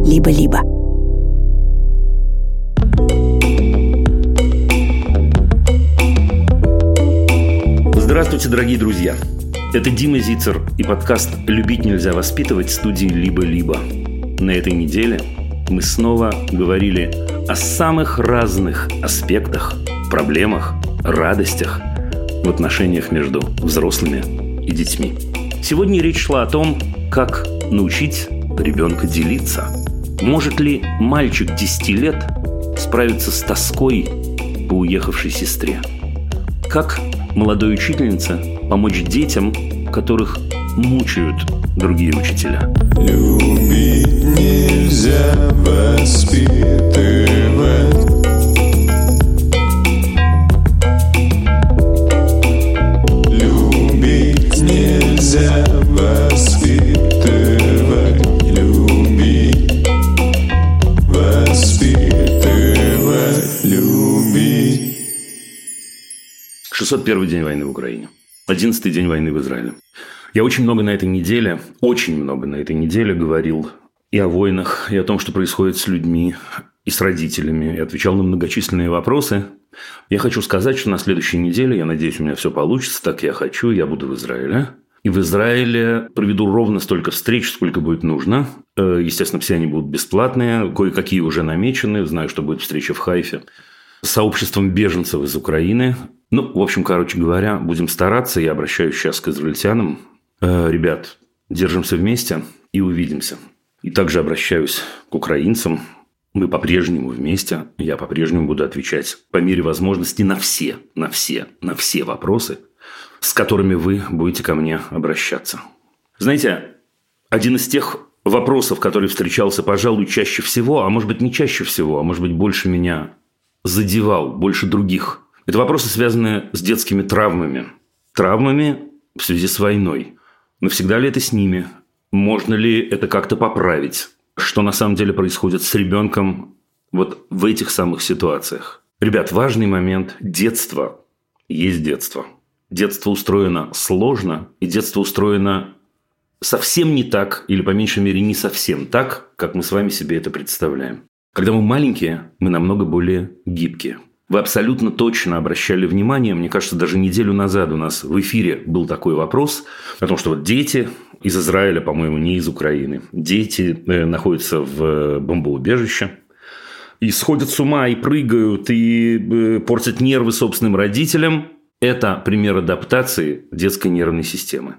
«Либо-либо». Здравствуйте, дорогие друзья! Это Дима Зицер и подкаст «Любить нельзя воспитывать» студии «Либо-либо». На этой неделе мы снова говорили о самых разных аспектах, проблемах, радостях в отношениях между взрослыми и детьми. Сегодня речь шла о том, как научить ребенка делиться. Может ли мальчик 10 лет справиться с тоской по уехавшей сестре? Как молодой учительнице помочь детям, которых мучают другие учителя? Любить нельзя воспитывать. Любить нельзя воспитывать. Любить, воспитывать, любить. 601 день войны в Украине. 11-й день войны в Израиле. Я очень много на этой неделе говорил и о войнах, и о том, что происходит с людьми, и с родителями, и отвечал на многочисленные вопросы. Я хочу сказать, что на следующей неделе, я надеюсь, у меня все получится, так я хочу, я буду в Израиле. И в Израиле проведу ровно столько встреч, сколько будет нужно. Естественно, все они будут бесплатные, кое-какие уже намечены. Знаю, что будет встреча в Хайфе с сообществом беженцев из Украины. В общем, короче говоря, будем стараться. Я обращаюсь сейчас к израильтянам. Ребят, держимся вместе и увидимся. И также обращаюсь к украинцам. Мы по-прежнему вместе. Я по-прежнему буду отвечать по мере возможности на все вопросы, с которыми вы будете ко мне обращаться. Знаете, один из тех вопросов, который встречался, пожалуй, чаще всего, а может быть, не чаще всего, а может быть, больше меня задевал, больше других. Это вопросы, связанные с детскими травмами. Травмами в связи с войной. Навсегда ли это с ними? Можно ли это как-то поправить? Что на самом деле происходит с ребенком вот в этих самых ситуациях? Ребят, важный момент. Детство есть детство. Детство устроено сложно, и детство устроено совсем не так, или по меньшей мере не совсем так, как мы с вами себе это представляем. Когда мы маленькие, мы намного более гибкие. Вы абсолютно точно обращали внимание, мне кажется, даже неделю назад у нас в эфире был такой вопрос о том, что вот дети из Израиля, по-моему, не из Украины, дети находятся в бомбоубежище и сходят с ума, и прыгают, и портят нервы собственным родителям. Это пример адаптации детской нервной системы.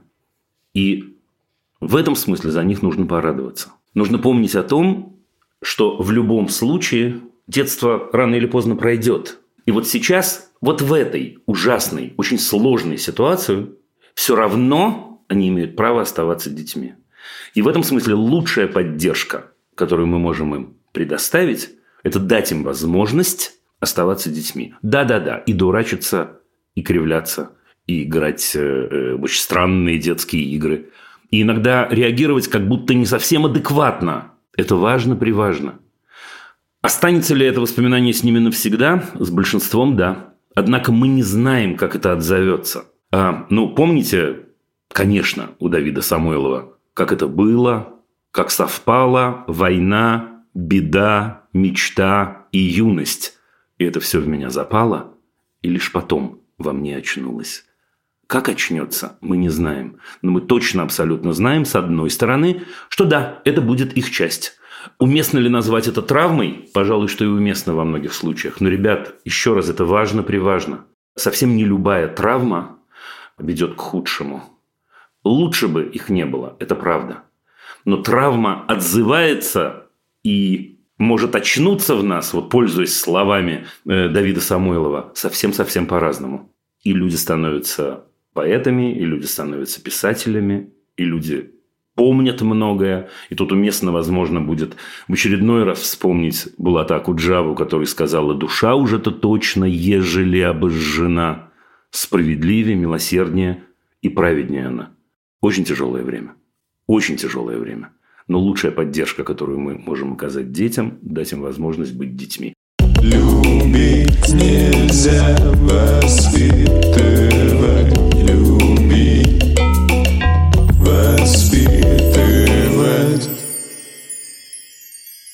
И в этом смысле за них нужно порадоваться. Нужно помнить о том, что в любом случае детство рано или поздно пройдет. И вот сейчас, вот в этой ужасной, очень сложной ситуации, все равно они имеют право оставаться детьми. И в этом смысле лучшая поддержка, которую мы можем им предоставить, это дать им возможность оставаться детьми. Да-да-да, и дурачиться, и кривляться, и играть очень странные детские игры. И иногда реагировать как будто не совсем адекватно. Это важно-приважно. Останется ли это воспоминание с ними навсегда? С большинством – да. Однако мы не знаем, как это отзовется. Помните, конечно, у Давида Самойлова, как это было, как совпало война, беда, мечта и юность. И это все в меня запало, и лишь потом во мне очнулось. Как очнется, мы не знаем. Но мы точно абсолютно знаем, с одной стороны, что да, это будет их часть. Уместно ли назвать это травмой? Пожалуй, что и уместно во многих случаях. Но, ребят, еще раз, это важно-приважно. Совсем не любая травма ведет к худшему. Лучше бы их не было, это правда. Но травма отзывается и может очнуться в нас, вот пользуясь словами Давида Самойлова, совсем-совсем по-разному. И люди становятся поэтами, и люди становятся писателями, и люди помнят многое. И тут уместно, возможно, будет в очередной раз вспомнить Булата Акуджаву, который сказал: «Душа уже-то точно, ежели обожжена, справедливее, милосерднее и праведнее она». Очень тяжелое время. Очень тяжелое время. Но лучшая поддержка, которую мы можем оказать детям, дать им возможность быть детьми. Любить нельзя воспитывать, любить, воспитывать.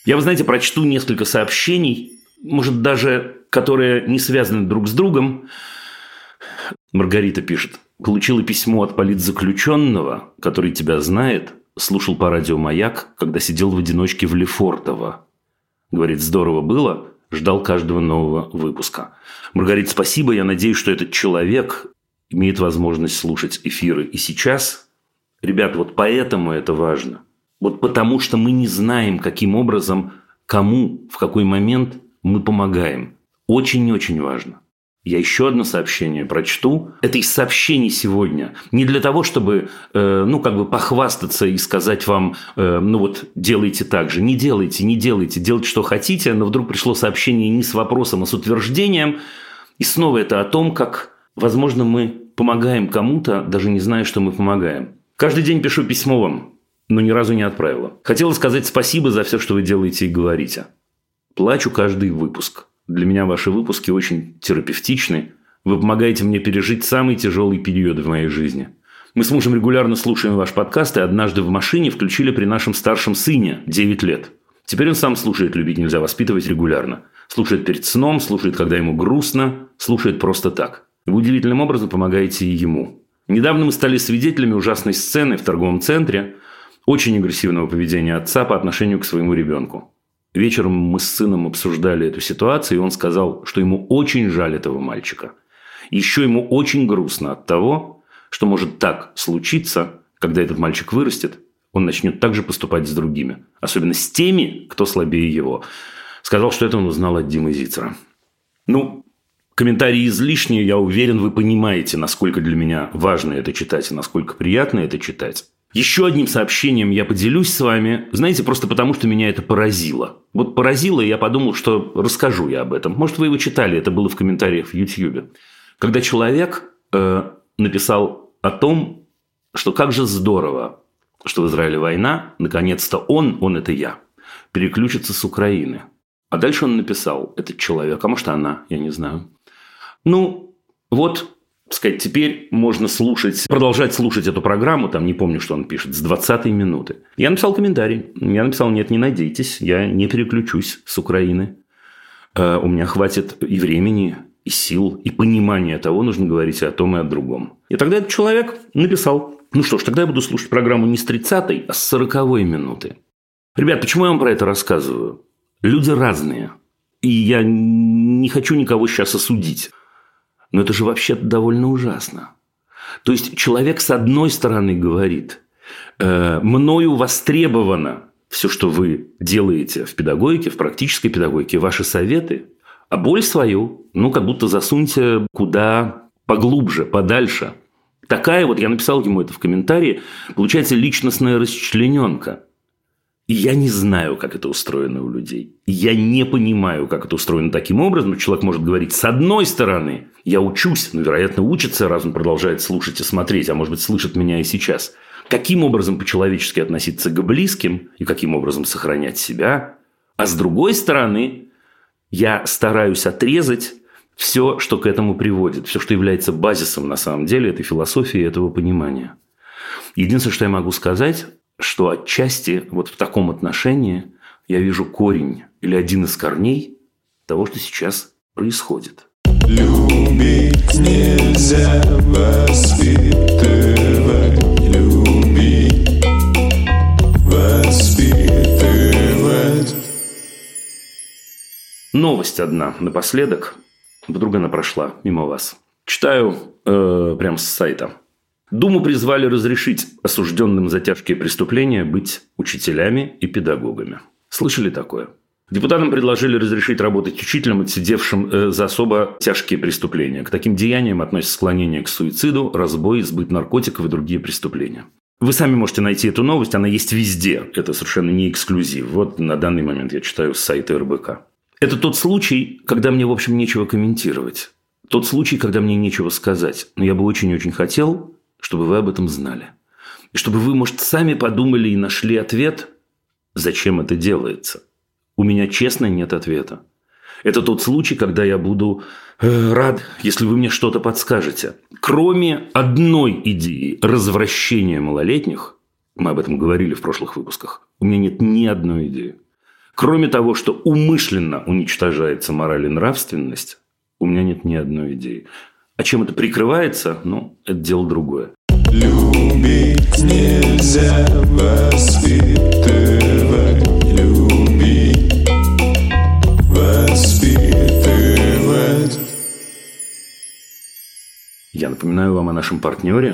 Я, вы знаете, прочту несколько сообщений, может, даже которые не связаны друг с другом. Маргарита пишет. Получила письмо от политзаключенного, который тебя знает, слушал по радио «Маяк», когда сидел в одиночке в Лефортово. Говорит, здорово было, ждал каждого нового выпуска. Маргарита, спасибо. Я надеюсь, что этот человек имеет возможность слушать эфиры и сейчас. Ребят, вот поэтому это важно. Вот потому что мы не знаем, каким образом, кому, в какой момент мы помогаем. Очень-очень важно. Я еще одно сообщение прочту. Это из сообщений сегодня. Не для того, чтобы, похвастаться и сказать вам, делайте так же. Не делайте, делайте, что хотите. Но вдруг пришло сообщение не с вопросом, а с утверждением. И снова это о том, как, возможно, мы помогаем кому-то, даже не зная, что мы помогаем. Каждый день пишу письмо вам, но ни разу не отправила. Хотела сказать спасибо за все, что вы делаете и говорите. Плачу каждый выпуск. Для меня ваши выпуски очень терапевтичны. Вы помогаете мне пережить самый тяжелый период в моей жизни. Мы с мужем регулярно слушаем ваш подкаст, и однажды в машине включили при нашем старшем сыне, 9 лет. Теперь он сам слушает «Любить нельзя воспитывать» регулярно. Слушает перед сном, слушает, когда ему грустно, слушает просто так. Вы удивительным образом помогаете и ему. Недавно мы стали свидетелями ужасной сцены в торговом центре, очень агрессивного поведения отца по отношению к своему ребенку. Вечером мы с сыном обсуждали эту ситуацию, и он сказал, что ему очень жаль этого мальчика. Еще ему очень грустно от того, что может так случиться, когда этот мальчик вырастет, он начнет так же поступать с другими. Особенно с теми, кто слабее его. Сказал, что это он узнал от Димы Зицера. Комментарии излишние, я уверен, вы понимаете, насколько для меня важно это читать и насколько приятно это читать. Еще одним сообщением я поделюсь с вами, знаете, просто потому, что меня это поразило. Вот поразило, и я подумал, что расскажу я об этом. Может, вы его читали, это было в комментариях в YouTube. Когда человек написал о том, что как же здорово, что в Израиле война, наконец-то он это я, переключится с Украины. А дальше он написал, этот человек, а может она, я не знаю. Теперь можно продолжать слушать эту программу, не помню, что он пишет, с 20-й минуты. Я написал комментарий. Я написал, нет, не надейтесь, я не переключусь с Украины. У меня хватит и времени, и сил, и понимания того, нужно говорить и о том, и о другом. И тогда этот человек написал, тогда я буду слушать программу не с 30-й, а с 40-й минуты. Ребят, почему я вам про это рассказываю? Люди разные. И я не хочу никого сейчас осудить. Но это же вообще-то довольно ужасно. То есть, человек с одной стороны говорит, мною востребовано все, что вы делаете в педагогике, в практической педагогике, ваши советы, а боль свою, как будто засуньте куда поглубже, подальше. Такая я написал ему это в комментарии, получается личностная расчлененка. И я не знаю, как это устроено у людей. Я не понимаю, как это устроено таким образом. Человек может говорить, с одной стороны, я учусь, вероятно, учится, раз он продолжает слушать и смотреть, а может быть, слышит меня и сейчас. Каким образом по-человечески относиться к близким и каким образом сохранять себя. А с другой стороны, я стараюсь отрезать все, что к этому приводит. Все, что является базисом, на самом деле, этой философии, этого понимания. Единственное, что я могу сказать, что отчасти в таком отношении я вижу корень или один из корней того, что сейчас происходит. Любить нельзя воспитывать, любить, воспитывать. Новость одна напоследок. Вдруг она прошла мимо вас. Читаю прямо с сайта. Думу призвали разрешить осужденным за тяжкие преступления быть учителями и педагогами. Слышали такое? Депутатам предложили разрешить работать учителем, отсидевшим за особо тяжкие преступления. К таким деяниям относятся склонение к суициду, разбой, сбыт наркотиков и другие преступления. Вы сами можете найти эту новость, она есть везде. Это совершенно не эксклюзив. На данный момент я читаю с сайта РБК. Это тот случай, когда мне, в общем, нечего комментировать. Тот случай, когда мне нечего сказать. Но я бы очень-очень хотел, чтобы вы об этом знали. И чтобы вы, может, сами подумали и нашли ответ, зачем это делается. У меня, честно, нет ответа. Это тот случай, когда я буду рад, если вы мне что-то подскажете. Кроме одной идеи развращения малолетних, мы об этом говорили в прошлых выпусках, у меня нет ни одной идеи. Кроме того, что умышленно уничтожается мораль и нравственность, у меня нет ни одной идеи. А чем это прикрывается, это дело другое. Любить нельзя воспитывать, любить, воспитывать. Я напоминаю вам о нашем партнере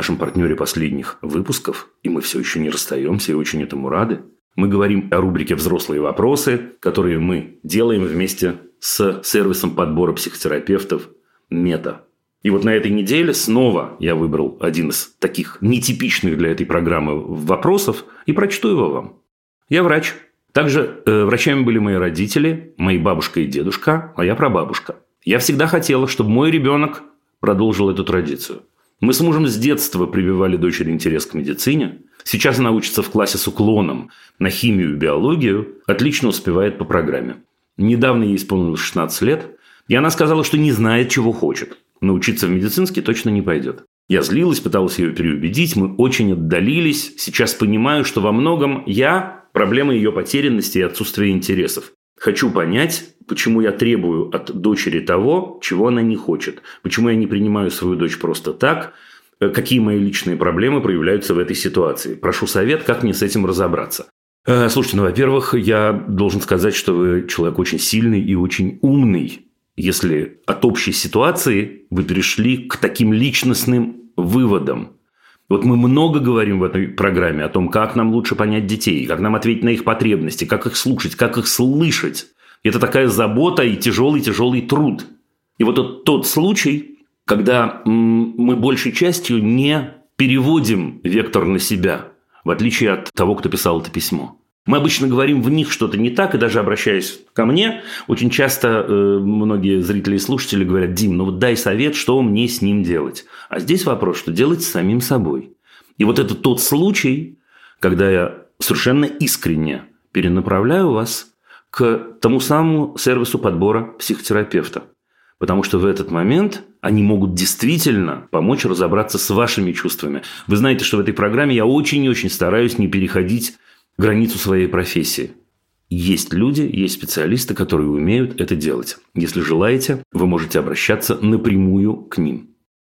последних выпусков, и мы все еще не расстаемся и очень этому рады. Мы говорим о рубрике «Взрослые вопросы», которые мы делаем вместе с сервисом подбора психотерапевтов «Мета». И вот на этой неделе снова я выбрал один из таких нетипичных для этой программы вопросов и прочту его вам. Я врач. Также врачами были мои родители, мои бабушка и дедушка, а я прабабушка. Я всегда хотела, чтобы мой ребенок продолжил эту традицию. Мы с мужем с детства прививали дочери интерес к медицине. Сейчас она учится в классе с уклоном на химию и биологию, отлично успевает по программе. Недавно ей исполнилось 16 лет, и она сказала, что не знает, чего хочет. Но учиться в медицинский точно не пойдет. Я злилась, пыталась ее переубедить, мы очень отдалились. Сейчас понимаю, что во многом я проблема ее потерянности и отсутствия интересов. Хочу понять, почему я требую от дочери того, чего она не хочет. Почему я не принимаю свою дочь просто так. Какие мои личные проблемы проявляются в этой ситуации. Прошу совет, как мне с этим разобраться. Слушайте, во-первых, я должен сказать, что вы человек очень сильный и очень умный. Если от общей ситуации вы перешли к таким личностным выводам. Вот мы много говорим в этой программе о том, как нам лучше понять детей, как нам ответить на их потребности, как их слушать, как их слышать. Это такая забота и тяжелый труд. И вот тот случай, когда мы большей частью не переводим вектор на себя, в отличие от того, кто писал это письмо. Мы обычно говорим в них что-то не так, и даже обращаясь ко мне, очень часто многие зрители и слушатели говорят: «Дим, вот дай совет, что мне с ним делать». А здесь вопрос, что делать с самим собой. И вот это тот случай, когда я совершенно искренне перенаправляю вас к тому самому сервису подбора психотерапевта. Потому что в этот момент они могут действительно помочь разобраться с вашими чувствами. Вы знаете, что в этой программе я очень и очень стараюсь не переходить границу своей профессии. Есть люди, есть специалисты, которые умеют это делать. Если желаете, вы можете обращаться напрямую к ним.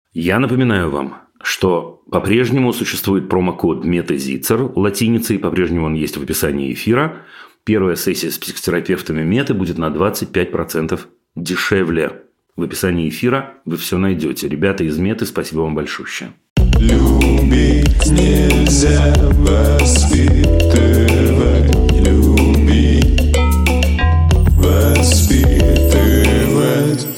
Я напоминаю вам, что по-прежнему существует промокод METAZICER латиницей, по-прежнему он есть в описании эфира. Первая сессия с психотерапевтами Мета будет на 25% дешевле. В описании эфира вы все найдете. Ребята из Меты, спасибо вам большое. Любить нельзя воспитывать, любить, воспитывать.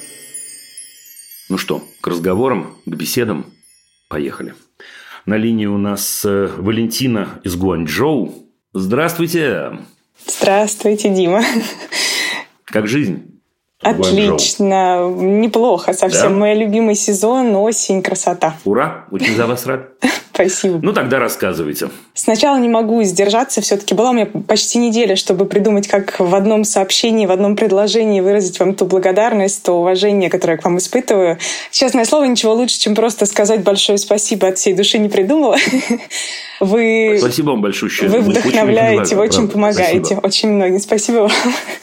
Ну что, к разговорам, к беседам. Поехали. На линии у нас Валентина из Гуанчжоу. Здравствуйте. Здравствуйте, Дима. Как жизнь? Отлично, неплохо совсем. Да? Мой любимый сезон, осень, красота. Ура, очень за вас рад. Спасибо. Ну, тогда рассказывайте. Сначала не могу сдержаться. Все-таки была у меня почти неделя, чтобы придумать, как в одном сообщении, в одном предложении выразить вам ту благодарность, то уважение, которое я к вам испытываю. Честное слово, ничего лучше, чем просто сказать большое спасибо от всей души не придумала. Спасибо вам большое. Вы вдохновляете, очень помогаете. Спасибо. Очень многим спасибо вам.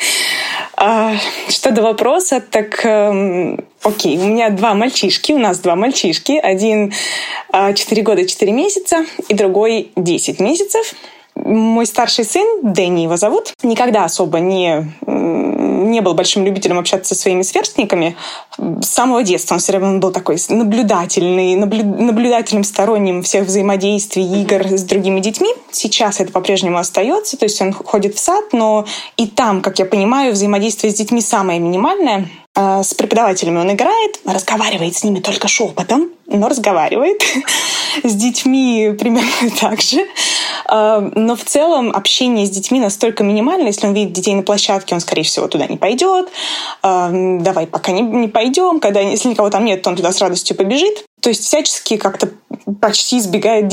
Что до вопроса, так окей, у нас два мальчишки. Один 4 года 4 месяца, и другой 10 месяцев. Мой старший сын, Дэнни его зовут, никогда особо не был большим любителем общаться со своими сверстниками. С самого детства он все время был такой наблюдательным сторонним всех взаимодействий, игр с другими детьми. Сейчас это по-прежнему остается, то есть он ходит в сад, но и там, как я понимаю, взаимодействие с детьми самое минимальное. С преподавателями он играет, разговаривает с ними только шепотом, но разговаривает. С детьми примерно так же. Но в целом общение с детьми настолько минимально. Если он видит детей на площадке, он, скорее всего, туда не пойдет. Давай пока не пойдем. Если никого там нет, то он туда с радостью побежит. То есть всячески как-то почти избегает детей.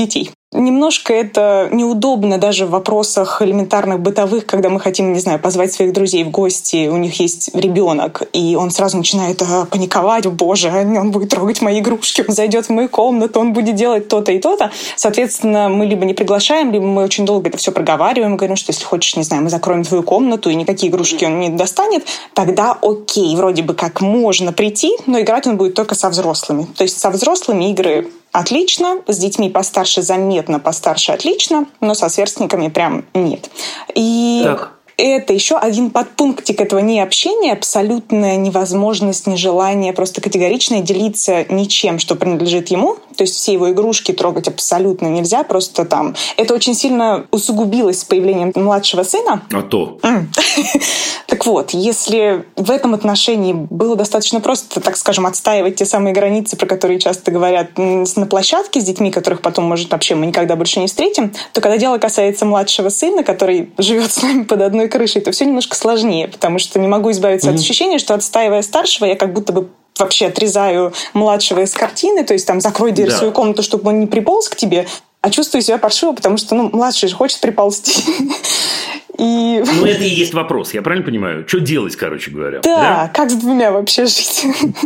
Немножко это неудобно даже в вопросах элементарных бытовых, когда мы хотим, не знаю, позвать своих друзей в гости, у них есть ребенок, и он сразу начинает паниковать: боже, он будет трогать мои игрушки, он зайдет в мою комнату, он будет делать то-то и то-то. Соответственно, мы либо не приглашаем, либо мы очень долго это все проговариваем, говорим, что если хочешь, не знаю, мы закроем твою комнату, и никакие игрушки он не достанет, тогда окей, вроде бы как можно прийти, но играть он будет только со взрослыми. То есть со взрослыми игры отлично, с детьми постарше заметно, постарше отлично, но со сверстниками прям нет. И это еще один подпунктик этого необщения, абсолютная невозможность, нежелание просто категорично делиться ничем, что принадлежит ему. То есть все его игрушки трогать абсолютно нельзя, просто там. Это очень сильно усугубилось с появлением младшего сына. А то. Так вот, если в этом отношении было достаточно просто, так скажем, отстаивать те самые границы, про которые часто говорят на площадке с детьми, которых потом, может, вообще мы никогда больше не встретим, то когда дело касается младшего сына, который живет с нами под одной крышей, то все немножко сложнее, потому что не могу избавиться от ощущения, что, отстаивая старшего, я как будто бы вообще отрезаю младшего из картины, то есть там закрой дверь в свою комнату, чтобы он не приполз к тебе, а чувствую себя паршиво, потому что младший же хочет приползти. Ну, это и есть вопрос, я правильно понимаю? Что делать, короче говоря? Да, как с двумя вообще жить?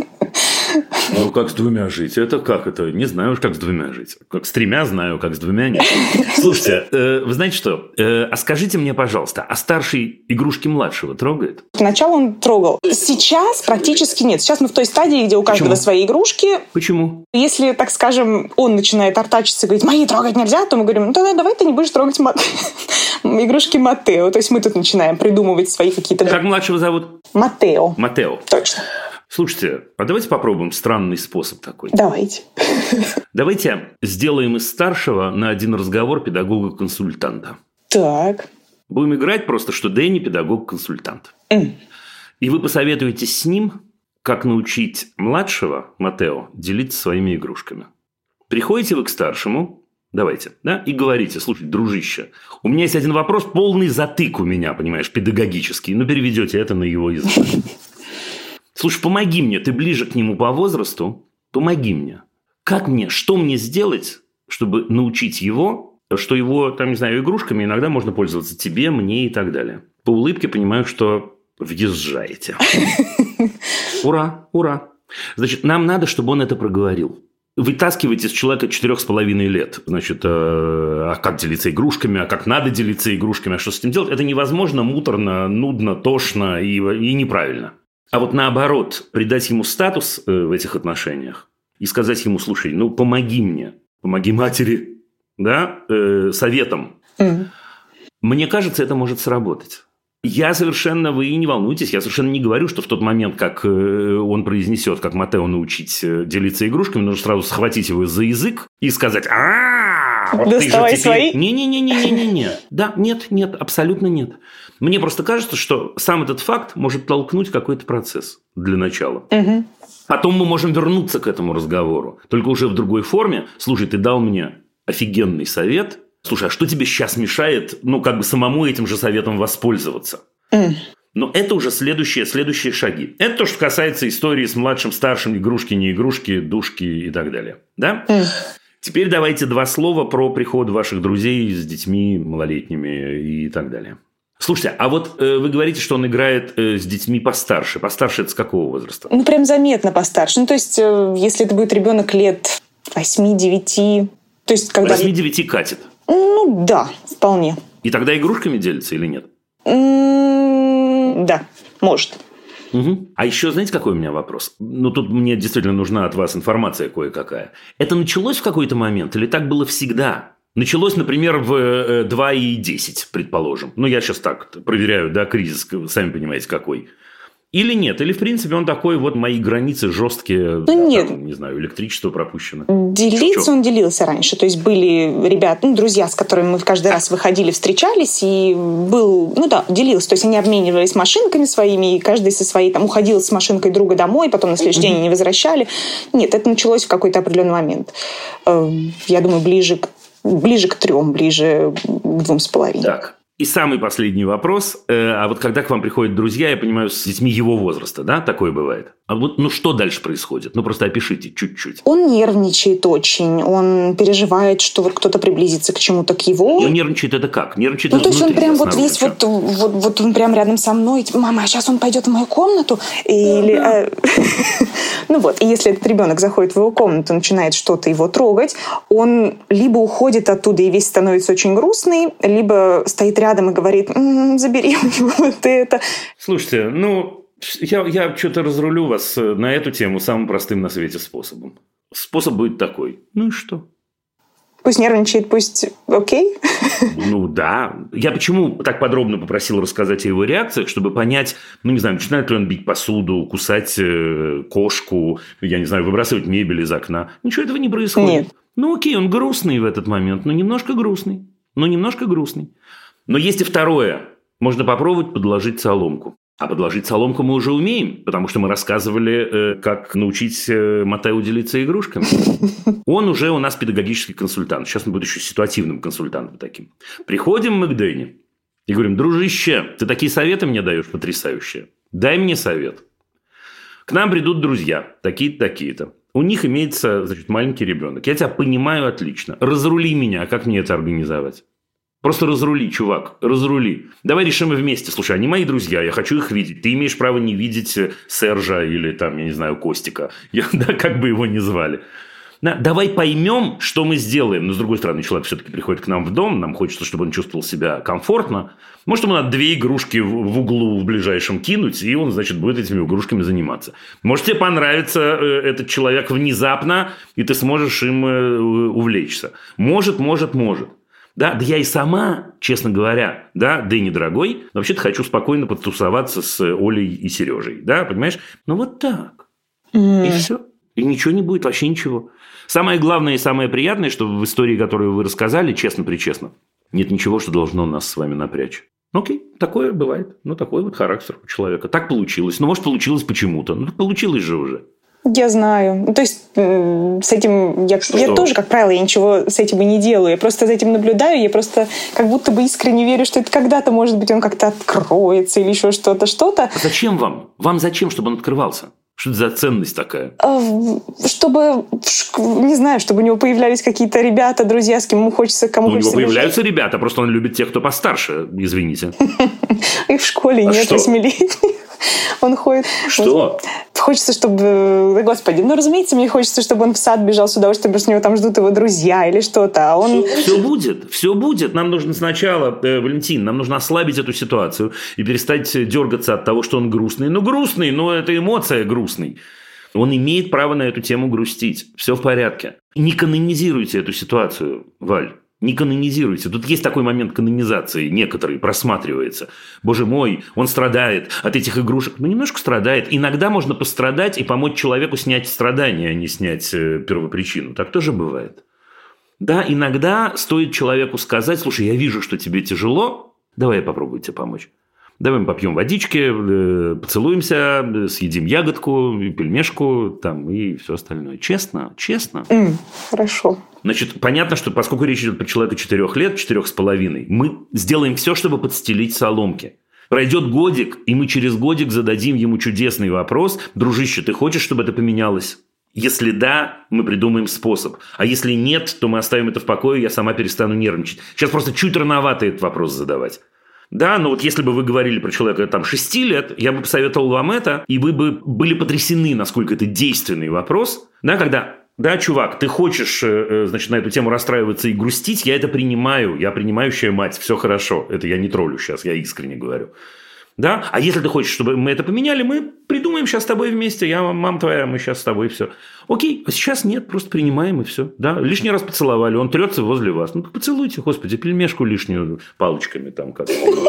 Ну, как с двумя жить? Это как это? Не знаю уж, как с двумя жить. Как с тремя знаю, как с двумя нет. Слушайте, вы знаете что? А скажите мне, пожалуйста, а старший игрушки младшего трогает? Сначала он трогал. Сейчас практически нет. Сейчас мы в той стадии, где у каждого свои игрушки. Почему? Если, так скажем, он начинает артачиться и говорить: мои трогать нельзя, то мы говорим: ну тогда давай ты не будешь трогать игрушки Матео. То есть мы тут начинаем придумывать свои какие-то... Как младшего зовут? Матео. Матео. Точно. Слушайте, а давайте попробуем странный способ такой. Давайте. Давайте сделаем из старшего на один разговор педагога-консультанта. Так. Будем играть просто, что Дэнни педагог-консультант. И вы посоветуетесь с ним, как научить младшего, Матео, делиться своими игрушками. Приходите вы к старшему, давайте, да, и говорите: слушай, дружище, у меня есть один вопрос, полный затык у меня, понимаешь, педагогический. Ну, переведете это на его язык. Слушай, помоги мне, ты ближе к нему по возрасту, помоги мне. Как мне, что мне сделать, чтобы научить его, что его, там, не знаю, игрушками иногда можно пользоваться тебе, мне и так далее. По улыбке понимаю, что въезжаете. Ура, ура. Значит, нам надо, чтобы он это проговорил. Вытаскивайте с человека 4,5 лет. Значит, а как делиться игрушками, а как надо делиться игрушками, а что с этим делать? Это невозможно, муторно, нудно, тошно и неправильно. А вот наоборот, придать ему статус в этих отношениях и сказать ему: слушай, ну помоги мне, помоги матери, да, советом. Мне кажется, это может сработать. Я совершенно, вы не волнуйтесь, я совершенно не говорю, что в тот момент, как он произнесет, как Матео научить делиться игрушками, нужно сразу схватить его за язык и сказать: вот доставай свои. Не-не-не-не-не-не. Да, нет, абсолютно нет. Мне просто кажется, что сам этот факт может толкнуть какой-то процесс для начала. Потом мы можем вернуться к этому разговору, только уже в другой форме. Слушай, ты дал мне офигенный совет. Слушай, а что тебе сейчас мешает, самому этим же советом воспользоваться? Но это уже следующие шаги. Это то, что касается истории с младшим, старшим, игрушки, не игрушки, душки и так далее. Да? Теперь давайте 2 слова про приход ваших друзей с детьми малолетними и так далее. Слушайте, а вот вы говорите, что он играет с детьми постарше. Постарше это с какого возраста? Ну, прям заметно постарше. То есть, если это будет ребенок лет 8-9... То есть, когда... 8-9 катит? Ну, да, вполне. И тогда игрушками делится или нет? Да, может. А еще, знаете, какой у меня вопрос? Тут мне действительно нужна от вас информация кое-какая. Это началось в какой-то момент или так было всегда? Началось, например, в 2,10, предположим. Я сейчас так проверяю, да, кризис, сами понимаете, какой. Или нет? Или, в принципе, он такой: вот мои границы жесткие, нет. Там, не знаю, электричество пропущено. Делиться он делился раньше. То есть, были ребята, друзья, с которыми мы каждый раз выходили, встречались, и делился. То есть, они обменивались машинками своими, и каждый со своей, уходил с машинкой друга домой, потом на следующий день они возвращали. Нет, это началось в какой-то определенный момент. Я думаю, ближе к 3, ближе к 2,5. Так. И самый последний вопрос. А вот когда к вам приходят друзья, я понимаю, с детьми его возраста, да, такое бывает? А вот, что дальше происходит? Просто опишите чуть-чуть. Он нервничает очень, он переживает, что вот кто-то приблизится к чему-то к его. Но нервничает это как? Нервничает то есть он прям снаружи, весь вот он прям рядом со мной. Мама, а сейчас он пойдет в мою комнату? Или... и если этот ребенок заходит в его комнату, начинает что-то его трогать, он либо уходит оттуда и весь становится очень грустный, либо стоит рядом и говорит: забери у него вот это. Слушайте, я что-то разрулю вас на эту тему самым простым на свете способом. Способ будет такой. Ну и что? Пусть нервничает, пусть окей. Да. Я почему так подробно попросил рассказать о его реакциях, чтобы понять, начинает ли он бить посуду, кусать кошку, выбрасывать мебель из окна. Ничего этого не происходит. Нет. Окей, он грустный в этот момент, немножко грустный. Но есть и второе. Можно попробовать подложить соломку. А подложить соломку мы уже умеем, потому что мы рассказывали, как научить Матео делиться игрушками. Он уже у нас педагогический консультант. Сейчас он будет еще ситуативным консультантом таким. Приходим мы к Дэне и говорим: дружище, ты такие советы мне даешь потрясающие. Дай мне совет. К нам придут друзья, такие-то, такие-то. У них имеется, маленький ребенок. Я тебя понимаю отлично. Разрули меня, как мне это организовать? Просто разрули, чувак, разрули. Давай решим вместе. Слушай, они мои друзья, я хочу их видеть. Ты имеешь право не видеть Сержа или Костика. Как бы его ни звали. Давай поймем, что мы сделаем. Но, с другой стороны, человек все-таки приходит к нам в дом. Нам хочется, чтобы он чувствовал себя комфортно. Может, ему надо 2 игрушки в углу в ближайшем кинуть, и он, будет этими игрушками заниматься. Может, тебе понравится этот человек внезапно, и ты сможешь им увлечься. Может. Да я и сама, честно говоря, Дэнни дорогой, вообще-то хочу спокойно потусоваться с Олей и Сережей. Да, понимаешь? Вот так. И все. И ничего не будет, вообще ничего. Самое главное и самое приятное, что в истории, которую вы рассказали, честно-причестно, нет ничего, что должно нас с вами напрячь. Окей, такое бывает. Такой вот характер у человека. Так получилось. Может, получилось почему-то. Получилось же уже. Я знаю. То есть с этим я тоже, как правило, я ничего с этим и не делаю. Я просто за этим наблюдаю. Я просто как будто бы искренне верю, что это когда-то, может быть, он как-то откроется или еще что-то. Зачем вам? Вам зачем, чтобы он открывался? Что это за ценность такая? Чтобы, не знаю, чтобы у него появлялись какие-то ребята, друзья, с кем ему хочется, кому хочется. У него появляются ребята, просто он любит тех, кто постарше, извините. Их в школе нет 8-летних. Он ходит... Что? Хочется, чтобы... Господи, разумеется, мне хочется, чтобы он в сад бежал с удовольствием, потому что у него там ждут его друзья или что-то. А он... Все будет. Нам нужно сначала, Валентин, нам нужно ослабить эту ситуацию и перестать дергаться от того, что он грустный. Грустный, это эмоция грустный. Он имеет право на эту тему грустить. Все в порядке. Не канонизируйте эту ситуацию, Валь. Не канонизируйте. Тут есть такой момент канонизации, некоторый просматривается. Боже мой, он страдает от этих игрушек. Немножко страдает. Иногда можно пострадать и помочь человеку снять страдания, а не снять первопричину. Так тоже бывает. Да, иногда стоит человеку сказать: слушай, я вижу, что тебе тяжело, давай я попробую тебе помочь. Давай мы попьем водички, поцелуемся, съедим ягодку, пельмешку и все остальное. Честно? Хорошо. Понятно, что поскольку речь идет про человека 4 лет, 4,5, мы сделаем все, чтобы подстелить соломки. Пройдет годик, и мы через годик зададим ему чудесный вопрос: дружище, ты хочешь, чтобы это поменялось? Если да, мы придумаем способ. А если нет, то мы оставим это в покое, я сама перестану нервничать. Сейчас просто чуть рановато этот вопрос задавать. Да, но если бы вы говорили про человека 6 лет, я бы посоветовал вам это, и вы бы были потрясены, насколько это действенный вопрос. Да, когда, чувак, ты хочешь, на эту тему расстраиваться и грустить, я это принимаю, я принимающая мать, все хорошо. Это я не троллю сейчас, я искренне говорю. Да? А если ты хочешь, чтобы мы это поменяли, мы придумаем сейчас с тобой вместе. Я мама твоя, мы сейчас с тобой все. Окей, а сейчас нет, просто принимаем и все. Да? Лишний раз поцеловали, он трется возле вас. Поцелуйте, господи, пельмешку лишнюю палочками как.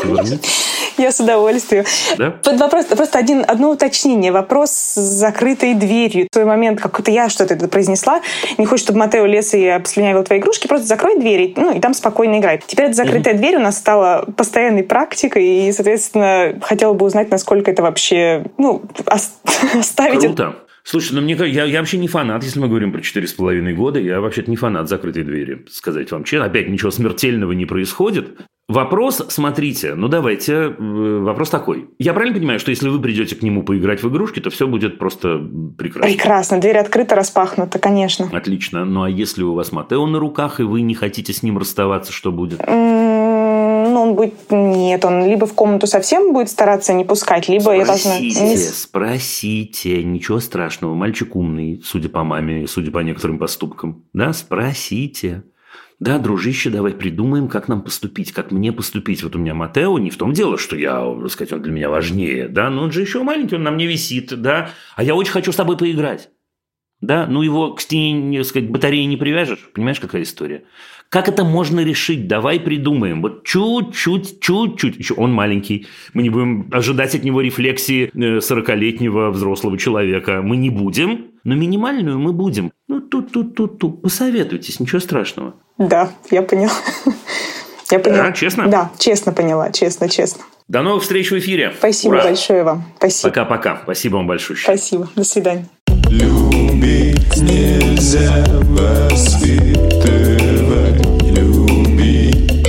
Я с удовольствием. Да? Под вопрос, просто одно уточнение. Вопрос с закрытой дверью. В тот момент, как-то я что-то это произнесла, не хочешь, чтобы Матео лез и обслюнявил твои игрушки, просто закрой дверь, и там спокойно играй. Теперь эта закрытая дверь у нас стала постоянной практикой, и, соответственно, хотела бы узнать, насколько это вообще, оставить... Круто. Слушай, я вообще не фанат, если мы говорим про 4,5 года, я вообще-то не фанат закрытой двери, сказать вам честно. Опять ничего смертельного не происходит. Вопрос, смотрите, давайте, вопрос такой. Я правильно понимаю, что если вы придете к нему поиграть в игрушки, то все будет просто прекрасно? Прекрасно, дверь открыта, распахнута, конечно. Отлично. Ну, а если у вас Матео на руках, и вы не хотите с ним расставаться, что будет? Он будет... Нет, он либо в комнату совсем будет стараться не пускать, либо я должна... Спросите, ничего страшного, мальчик умный, судя по маме, судя по некоторым поступкам. Да, спросите. Да, дружище, давай придумаем, как нам поступить, как мне поступить. Вот у меня Матео, не в том дело, что я, так сказать, он для меня важнее, да, но он же еще маленький, он на мне висит, да, а я очень хочу с тобой поиграть. Да, его к стене, так сказать, батареи не привяжешь, понимаешь, какая история? Как это можно решить? Давай придумаем. Вот чуть-чуть. Еще он маленький. Мы не будем ожидать от него рефлексии 40-летнего взрослого человека. Мы не будем, но минимальную мы будем. Тут. Посоветуйтесь, ничего страшного. Да, я поняла. Я поняла. Да, честно? Да, честно поняла, честно. До новых встреч в эфире. Спасибо большое вам. Спасибо. Пока-пока. Спасибо вам большое. Спасибо. До свидания. Любить нельзя воспитывать, любить,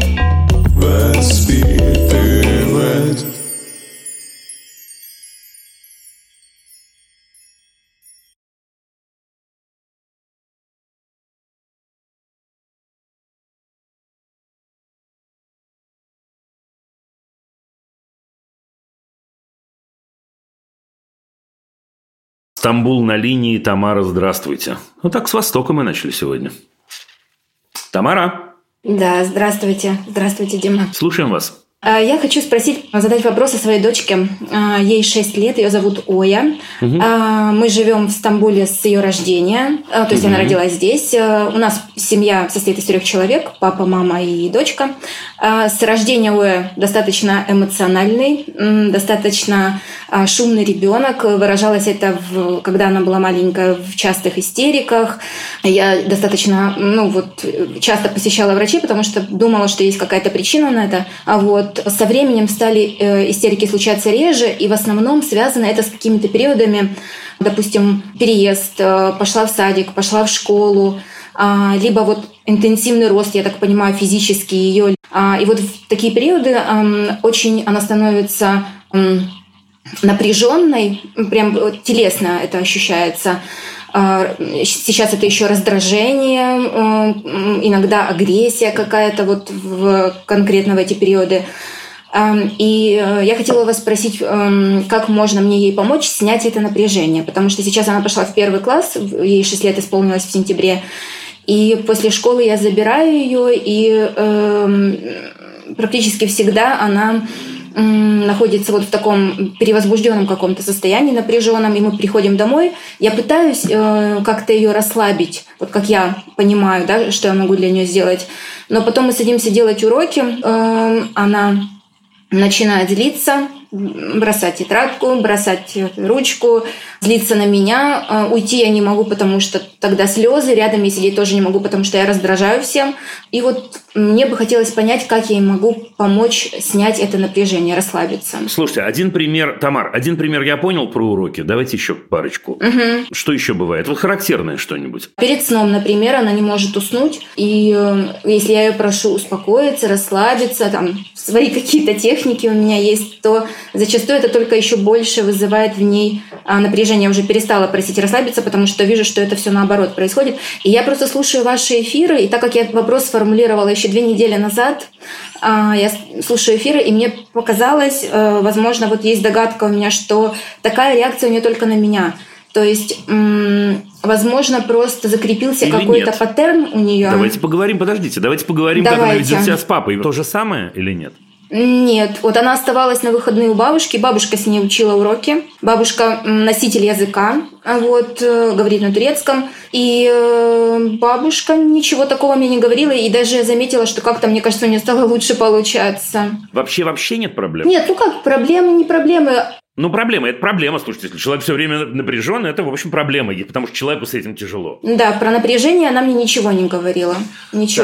воспитывать. Стамбул на линии. Тамара, здравствуйте. Так с Востока мы начали сегодня. Тамара. Да, здравствуйте. Здравствуйте, Дима. Слушаем вас. Я хочу задать вопрос о своей дочке. Ей 6 лет, ее зовут Оя. Мы живем в Стамбуле с ее рождения, то есть она родилась здесь. У нас семья состоит из 3 человек, папа, мама и дочка. С рождения Оя достаточно эмоциональный, достаточно шумный ребенок. Выражалось это, когда она была маленькая, в частых истериках. Я достаточно часто посещала врачей, потому что думала, что есть какая-то причина на это. Со временем стали истерики случаться реже, и в основном связано это с какими-то периодами, допустим, переезд, пошла в садик, пошла в школу, либо интенсивный рост, я так понимаю, физический ее. И в такие периоды очень она становится напряженной, прям телесно это ощущается. Сейчас это еще раздражение, иногда агрессия какая-то конкретно в эти периоды. И я хотела вас спросить, как можно мне ей помочь снять это напряжение, потому что сейчас она пошла в 1 класс, ей 6 лет исполнилось в сентябре, и после школы я забираю ее, и практически всегда она находится в таком перевозбужденном каком-то состоянии, напряженном, и мы приходим домой. Я пытаюсь как-то ее расслабить, как я понимаю, да, что я могу для нее сделать. Но потом мы садимся делать уроки, она начинает злиться, бросать тетрадку, бросать ручку, злиться на меня. Уйти я не могу, потому что тогда слезы. Рядом я сидеть тоже не могу, потому что я раздражаю всем. И мне бы хотелось понять, как я ей могу помочь снять это напряжение, расслабиться. Слушайте, один пример, Тамар, я понял про уроки. Давайте еще парочку. Что еще бывает? Характерное что-нибудь. Перед сном, например, она не может уснуть. И если я ее прошу успокоиться, расслабиться, свои какие-то техники у меня есть, то зачастую это только еще больше вызывает в ней напряжение. Я уже перестала просить расслабиться, потому что вижу, что это все наоборот происходит. И я просто слушаю ваши эфиры, и так как я вопрос сформулировала еще 2 недели назад, я слушаю эфиры, и мне показалось, возможно, есть догадка у меня, что такая реакция у нее только на меня. То есть, возможно, просто закрепился какой-то паттерн у нее. Давайте поговорим, как она ведет себя с папой. То же самое или нет? Нет. Она оставалась на выходные у бабушки. Бабушка с ней учила уроки. Бабушка носитель языка, говорит на турецком. И бабушка ничего такого мне не говорила. И даже я заметила, что как-то, мне кажется, у нее стало лучше получаться. Вообще нет проблем? Нет, проблемы, не проблемы. Проблема – это проблема. Слушайте, если человек все время напряжен, это, в общем, проблема, потому что человеку с этим тяжело. Да, про напряжение она мне ничего не говорила. Ничего.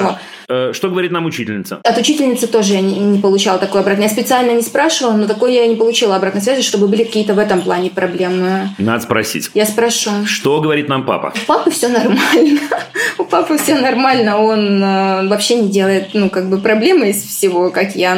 Что говорит нам учительница? От учительницы тоже я не получала такой обратной. Я специально не спрашивала, но такой я не получила обратной связи, чтобы были какие-то в этом плане проблемы. Надо спросить. Я спрошу. Что говорит нам папа? У папы все нормально. У папы все нормально. Он вообще не делает, проблемы из всего, как я.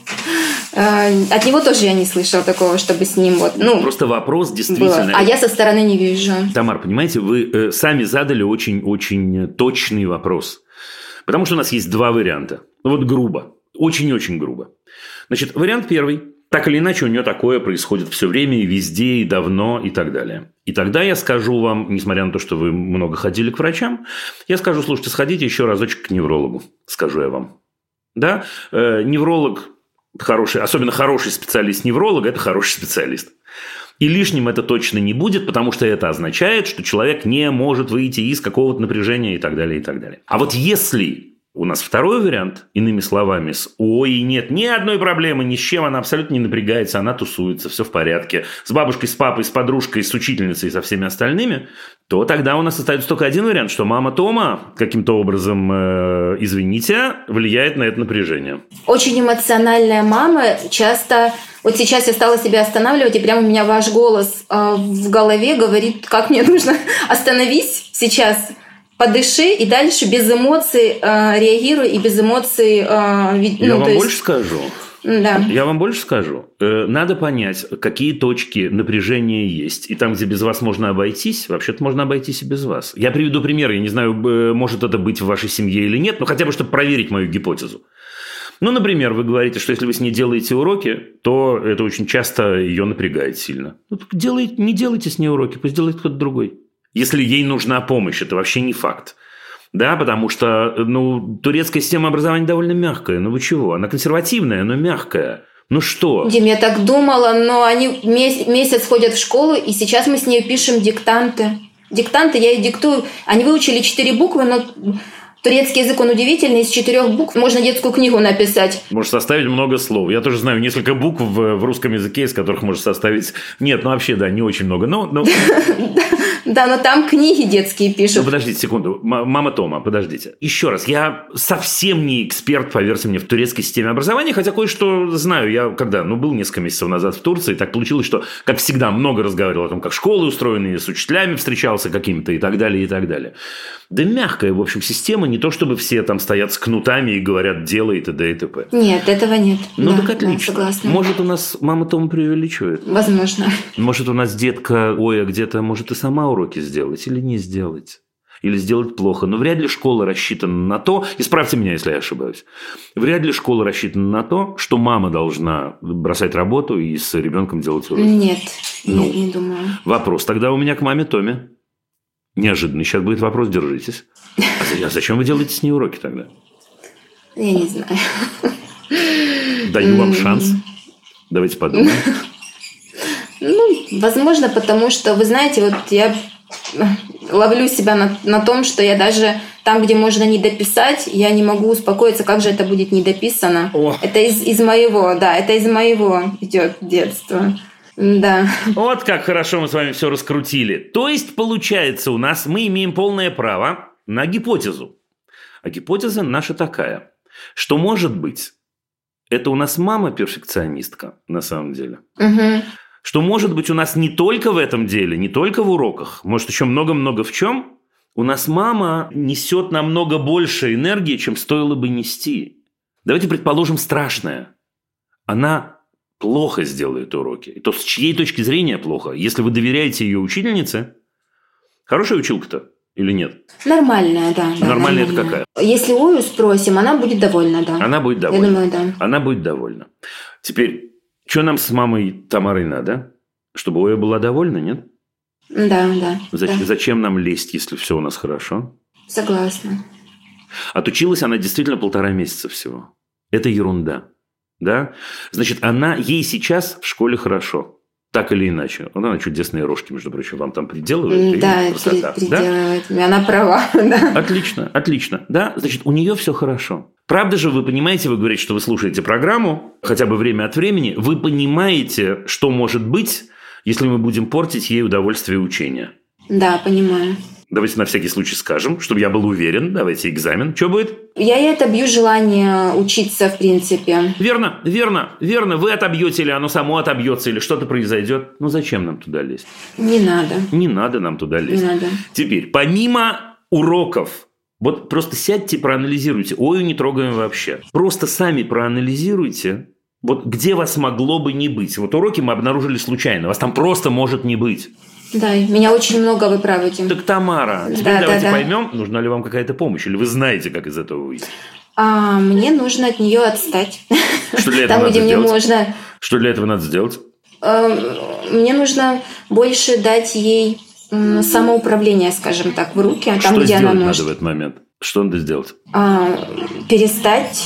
От него тоже я не слышала такого, чтобы с ним Просто вопрос действительно... было. А я со стороны не вижу. Тамар, понимаете, вы сами задали очень-очень точный вопрос. Потому что у нас есть два варианта. Грубо. Очень-очень грубо. Значит, вариант первый. Так или иначе, у нее такое происходит все время и везде, и давно, и так далее. И тогда я скажу вам, несмотря на то, что вы много ходили к врачам, я скажу, слушайте, сходите еще разочек к неврологу, скажу я вам. Да? Невролог хороший, особенно хороший специалист-невролог, это хороший специалист. И лишним это точно не будет, потому что это означает, что человек не может выйти из какого-то напряжения и так далее, и так далее. А вот если у нас второй вариант, иными словами, с «ой, нет ни одной проблемы, ни с чем, она абсолютно не напрягается, она тусуется, все в порядке, с бабушкой, с папой, с подружкой, с учительницей и со всеми остальными», то тогда у нас остается только один вариант, что мама Тома каким-то образом, извините, влияет на это напряжение. Очень эмоциональная мама часто... Вот сейчас я стала себя останавливать, и прямо у меня ваш голос в голове говорит, как мне нужно «остановись сейчас», подыши и дальше без эмоций реагируй и без эмоций... Я вам больше скажу. Да. Я вам больше скажу. Надо понять, какие точки напряжения есть. И там, где без вас можно обойтись, вообще-то можно обойтись и без вас. Я приведу пример. Я не знаю, может это быть в вашей семье или нет, но хотя бы, чтобы проверить мою гипотезу. Например, вы говорите, что если вы с ней делаете уроки, то это очень часто ее напрягает сильно. Не делайте с ней уроки, пусть делает кто-то другой. Если ей нужна помощь, это вообще не факт. Да, потому что, турецкая система образования довольно мягкая. Вы чего? Она консервативная, но мягкая. Что? Дим, я так думала, но они месяц ходят в школу, и сейчас мы с ней пишем диктанты. Диктанты я ей диктую. Они выучили 4 буквы, но... Турецкий язык, он удивительный, из 4 букв можно детскую книгу написать. Может составить много слов. Я тоже знаю несколько букв в русском языке, из которых можно составить... Нет, вообще, да, не очень много. Да, но там книги детские пишут. Подождите секунду. Мама Тома, подождите. Еще раз, я совсем не эксперт, поверьте мне, в турецкой системе образования, хотя кое-что знаю. Я был несколько месяцев назад в Турции, так получилось, что, как всегда, много разговаривал о том, как школы устроены, с учителями встречался какими-то и так далее, и так далее. Да мягкая, в общем, система, не то чтобы все там стоят с кнутами и говорят «делай» и т.д. и т.п. Нет, этого нет. Так отлично. Да, согласна. Может, у нас мама Тома преувеличивает? Возможно. Может, у нас детка Оя где-то может и сама уроки сделать или не сделать. Или сделать плохо. Но вряд ли школа рассчитана на то, исправьте меня, если я ошибаюсь, вряд ли школа рассчитана на то, что мама должна бросать работу и с ребенком делать уроки. Нет, не думаю. Вопрос тогда у меня к маме Томе. Неожиданный сейчас будет вопрос, держитесь. А зачем вы делаете с ней уроки тогда? Я не знаю. Даю вам шанс. Давайте подумаем. Возможно, потому что, вы знаете, я ловлю себя на том, что я даже там, где можно не дописать, я не могу успокоиться, как же это будет не дописано. Это из моего идет детства. Да. Вот как хорошо мы с вами все раскрутили. То есть, получается, мы имеем полное право на гипотезу. А гипотеза наша такая, что, может быть, это у нас мама перфекционистка на самом деле. Угу. Что, может быть, у нас не только в этом деле, не только в уроках, может, еще много-много в чем, у нас мама несет намного больше энергии, чем стоило бы нести. Давайте предположим страшное. Она плохо сделает уроки. И то с чьей точки зрения плохо? Если вы доверяете ее учительнице, хорошая училка-то или нет? Нормальная, да. Нормальная это какая? Если Ою спросим, она будет довольна, да. Она будет довольна. Я думаю, да. Она будет довольна. Теперь, что нам с мамой Тамарой надо? Чтобы Оя была довольна, нет? Да. Зачем нам лезть, если все у нас хорошо? Согласна. Отучилась она действительно 1,5 месяца всего. Это ерунда. Да? Значит, ей сейчас в школе хорошо. Так или иначе. Она чудесные рожки, между прочим, вам там приделывает. Да, приделывает. Да? Она права. Да. Отлично. Да? Значит, у нее все хорошо. Правда же, вы понимаете, вы говорите, что вы слушаете программу, хотя бы время от времени, вы понимаете, что может быть, если мы будем портить ей удовольствие учения. Да, понимаю. Давайте на всякий случай скажем, чтобы я был уверен. Давайте экзамен. Что будет? Я и отобью желание учиться, в принципе. Верно. Вы отобьете, или оно само отобьется, или что-то произойдет. Ну, зачем нам туда лезть? Не надо. Не надо нам туда лезть. Не надо. Теперь, помимо уроков, вот просто сядьте и проанализируйте. Ою не трогаем вообще. Просто сами проанализируйте, вот где вас могло бы не быть. Вот уроки мы обнаружили случайно. Вас там просто может не быть. Да, меня очень много вы правите. Так, Тамара, теперь давайте поймем, нужна ли вам какая-то помощь, или вы знаете, как из этого выйти. Мне нужно от нее отстать. Что для этого там, надо где сделать? мне можно. Что для этого надо сделать? Мне нужно больше дать ей самоуправление, скажем так, в руки, там, что где она сделать может. надо в этот момент? Что надо сделать? Перестать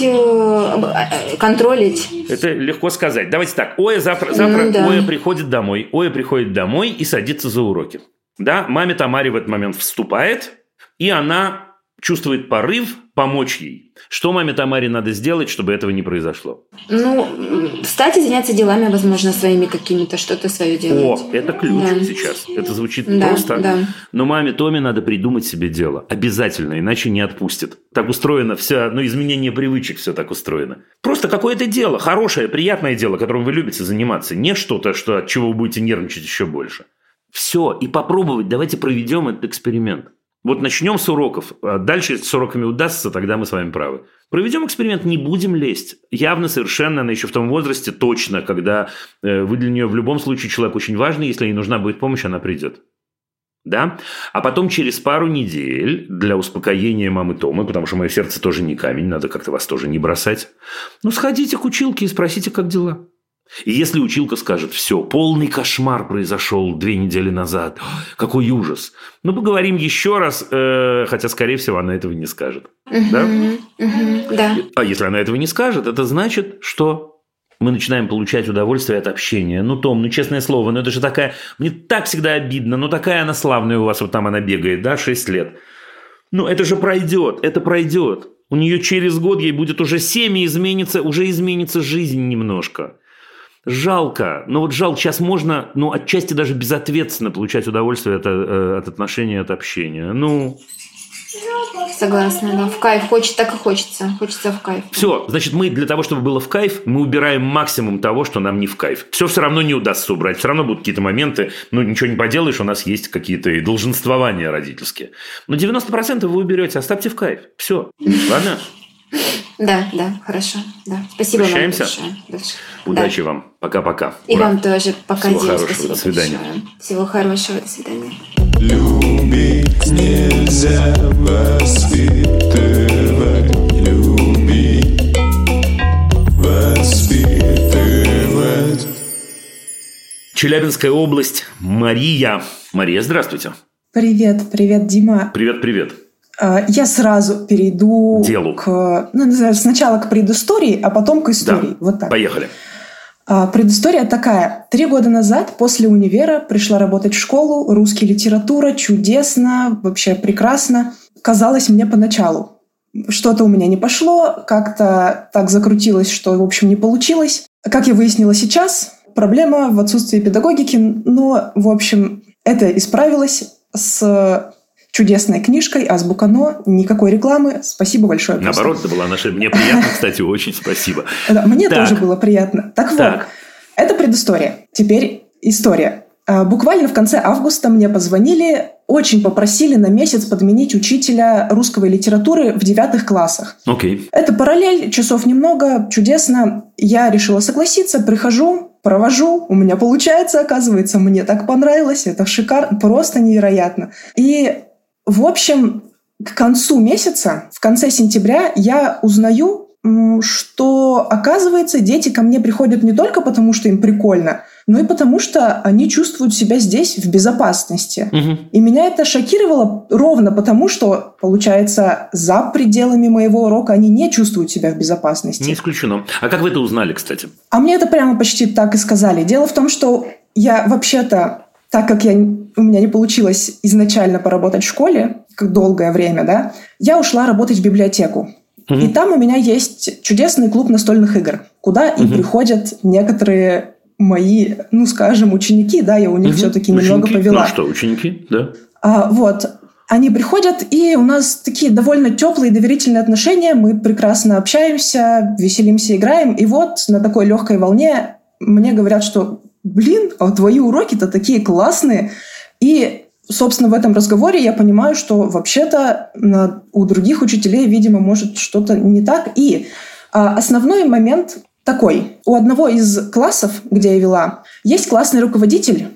контролить. Это легко сказать. Давайте так. Оя завтра Оя приходит домой и садится за уроки. Да, маме Тамаре в этот момент вступает, и она чувствует порыв помочь ей. Что маме Тамаре надо сделать, чтобы этого не произошло? Встать и заняться делами, возможно, своими какими-то, что-то свое делать. Это ключ сейчас. Это звучит просто. Да. Но маме Томе надо придумать себе дело. Обязательно, иначе не отпустит. Так устроено все, изменение привычек все так устроено. Просто какое-то дело, хорошее, приятное дело, которым вы любите заниматься. Не что-то, от чего вы будете нервничать еще больше. Все, и попробовать. Давайте проведем этот эксперимент. Вот начнем с уроков. Дальше, если с уроками удастся, тогда мы с вами правы. Проведем эксперимент, не будем лезть. Явно, совершенно, она еще в том возрасте, точно, когда вы для нее в любом случае человек очень важный, если ей нужна будет помощь, она придет. Да? А потом через пару недель для успокоения мамы Томы, потому что мое сердце тоже не камень, надо как-то вас тоже не бросать. Сходите к училке и спросите, как дела. И если училка скажет: все, полный кошмар произошел 2 недели назад, какой ужас, поговорим еще раз, хотя, скорее всего, она этого не скажет. Да? Да. А если она этого не скажет, это значит, что мы начинаем получать удовольствие от общения. Том, честное слово, это же такая... Мне так всегда обидно, такая она славная у вас, вот там она бегает, да, 6 лет. Это же пройдет, это пройдет. У нее через год, ей будет уже 7, и изменится жизнь немножко. Жалко. Жалко. Сейчас можно, отчасти даже безответственно получать удовольствие от отношений, от общения. Согласна, да. В кайф. Так и хочется. Хочется в кайф. Все. Значит, мы для того, чтобы было в кайф, мы убираем максимум того, что нам не в кайф. Все равно не удастся убрать. Все равно будут какие-то моменты. Ничего не поделаешь, у нас есть какие-то и долженствования родительские. 90% вы уберете. Оставьте в кайф. Все. Ладно? Да, хорошо. Да. Спасибо Прощаемся. вам большое. Удачи вам. Пока-пока. И вам тоже. Пока. Всего Дим. хорошего. До свидания. Большое. Всего хорошего. До свидания. Любить нельзя воспитывать. Любить, воспитывать. Челябинская область. Мария. Мария, здравствуйте. Привет, Дима. Привет. Я сразу перейду делу. Сначала к предыстории, а потом к истории. Да. Вот так. Поехали. Предыстория такая. 3 года назад, после универа, пришла работать в школу. Русский, литература, чудесно, вообще прекрасно. Казалось мне поначалу. Что-то у меня не пошло, как-то так закрутилось, что, в общем, не получилось. Как я выяснила сейчас, проблема в отсутствии педагогики, но, в общем, это исправилось с чудесной книжкой «Азбука НО». Никакой рекламы. Спасибо большое. Наоборот, это была наша... Мне приятно, кстати, очень спасибо. Мне тоже было приятно. Так вот, это предыстория. Теперь история. Буквально в конце августа мне позвонили, очень попросили на месяц подменить учителя русской литературы в 9 классах. Окей. Это параллель, часов немного, чудесно. Я решила согласиться, прихожу, провожу, у меня получается, оказывается, мне так понравилось, это шикарно, просто невероятно. И, в общем, к концу месяца, в конце сентября, я узнаю, что, оказывается, дети ко мне приходят не только потому, что им прикольно, но и потому, что они чувствуют себя здесь в безопасности. Угу. И меня это шокировало ровно потому, что, получается, за пределами моего урока они не чувствуют себя в безопасности. Не исключено. А как вы это узнали, кстати? А мне это прямо почти так и сказали. Дело в том, что я вообще-то, так как у меня не получилось изначально поработать в школе, как долгое время, да, я ушла работать в библиотеку. Угу. И там у меня есть чудесный клуб настольных игр, куда и приходят некоторые мои, ученики, да, я у них все-таки немного повела. Ученики, да. Вот. Они приходят, и у нас такие довольно теплые, доверительные отношения. Мы прекрасно общаемся, веселимся, играем. И вот на такой легкой волне мне говорят, что, а твои уроки-то такие классные. И, собственно, в этом разговоре я понимаю, что вообще-то у других учителей, видимо, может что-то не так. И основной момент такой. У одного из классов, где я вела, есть классный руководитель,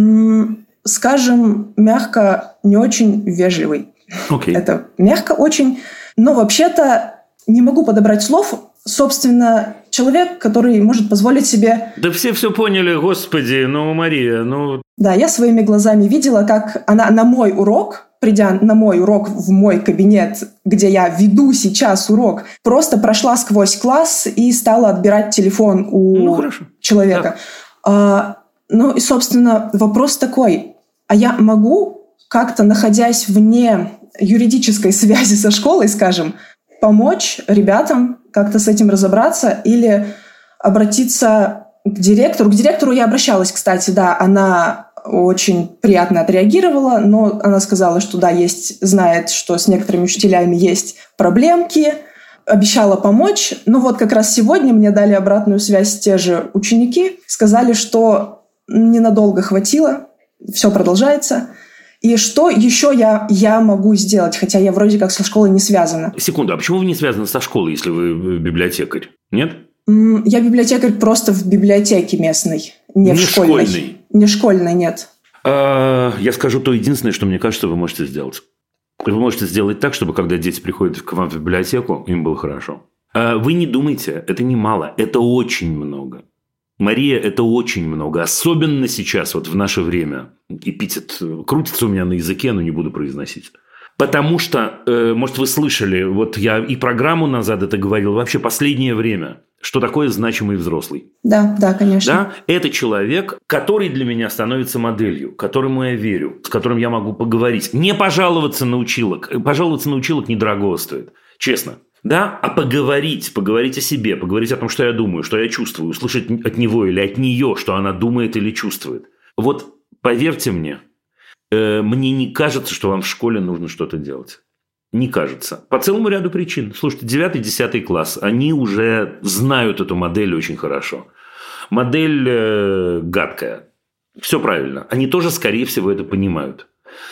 скажем, мягко, не очень вежливый. Okay. Это мягко очень. Но вообще-то не могу подобрать слов. Собственно, человек, который может позволить себе... Да все поняли, господи, Мария, Да, я своими глазами видела, как она на мой урок, придя на мой урок в мой кабинет, где я веду сейчас урок, просто прошла сквозь класс и стала отбирать телефон у человека. Да. И, собственно, вопрос такой. А я могу как-то, находясь вне юридической связи со школой, скажем, помочь ребятам как-то с этим разобраться или обратиться к директору? К директору я обращалась, кстати, да, она очень приятно отреагировала, но она сказала, что да, знает, что с некоторыми учителями есть проблемки, обещала помочь. Но вот как раз сегодня мне дали обратную связь те же ученики, сказали, что ненадолго хватило, все продолжается. И что еще я могу сделать, хотя я вроде как со школой не связана? Секунду, а почему вы не связаны со школой, если вы библиотекарь? Нет? Я библиотекарь просто в библиотеке местной, не в школьной. Школьной? Не школьной, нет. Я скажу то единственное, что мне кажется, вы можете сделать. Вы можете сделать так, чтобы когда дети приходят к вам в библиотеку, им было хорошо. Вы не думайте, это не мало, это очень много. Мария, это очень много. Особенно сейчас, вот в наше время. Эпитет крутится у меня на языке, но не буду произносить. Потому что, может, вы слышали, вот я и программу назад это говорил, вообще последнее время, что такое значимый взрослый. Да, конечно. Да? Это человек, который для меня становится моделью, которому я верю, с которым я могу поговорить. Не пожаловаться на училок. Пожаловаться на училок недорого стоит. Честно. Да, а поговорить о себе, поговорить о том, что я думаю, что я чувствую, услышать от него или от нее, что она думает или чувствует. Вот поверьте мне не кажется, что вам в школе нужно что-то делать. Не кажется. По целому ряду причин. Слушайте, 9-10 класс, они уже знают эту модель очень хорошо. Модель гадкая. Все правильно. Они тоже, скорее всего, это понимают.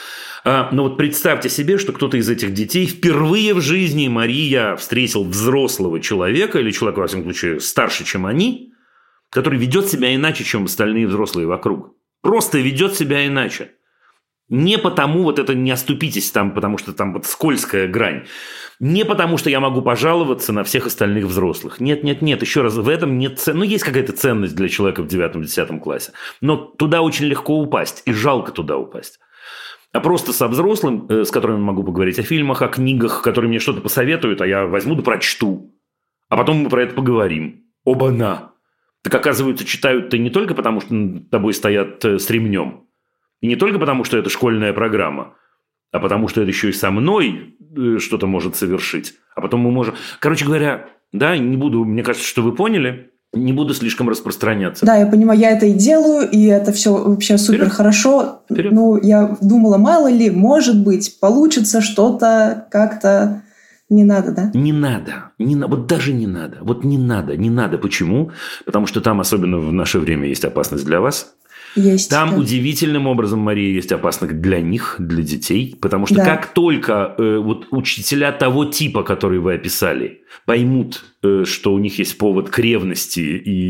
Но вот представьте себе, что кто-то из этих детей впервые в жизни, Мария, встретил взрослого человека, или человека, во всяком случае, старше, чем они, который ведет себя иначе, чем остальные взрослые вокруг. Просто ведет себя иначе. Не потому, вот это не оступитесь там, потому что там вот скользкая грань. Не потому, что я могу пожаловаться на всех остальных взрослых. Нет. Еще раз, в этом нет ценности. Ну, есть какая-то ценность для человека в 9-10 классе. Но туда очень легко упасть. И жалко туда упасть. А просто со взрослым, с которым я могу поговорить о фильмах, о книгах, которые мне что-то посоветуют, а я возьму да прочту. А потом мы про это поговорим. Оба-на! Так оказывается, читают-то не только потому, что над тобой стоят с ремнем. И не только потому, что это школьная программа. А потому, что это еще и со мной что-то может совершить. А потом мы можем... Короче говоря, да, не буду... Мне кажется, что вы поняли... Не буду слишком распространяться. Да, я понимаю, я это и делаю, и это все вообще супер хорошо. Вперед. Я думала, мало ли, может быть, получится что-то как-то... Не надо, да? Не надо. Вот даже не надо. Вот не надо. Почему? Потому что там, особенно в наше время, есть опасность для вас. Есть. Там да. Удивительным образом, Мария, есть опасность для них, для детей. Потому что как только вот учителя того типа, который вы описали, поймут, что у них есть повод к ревности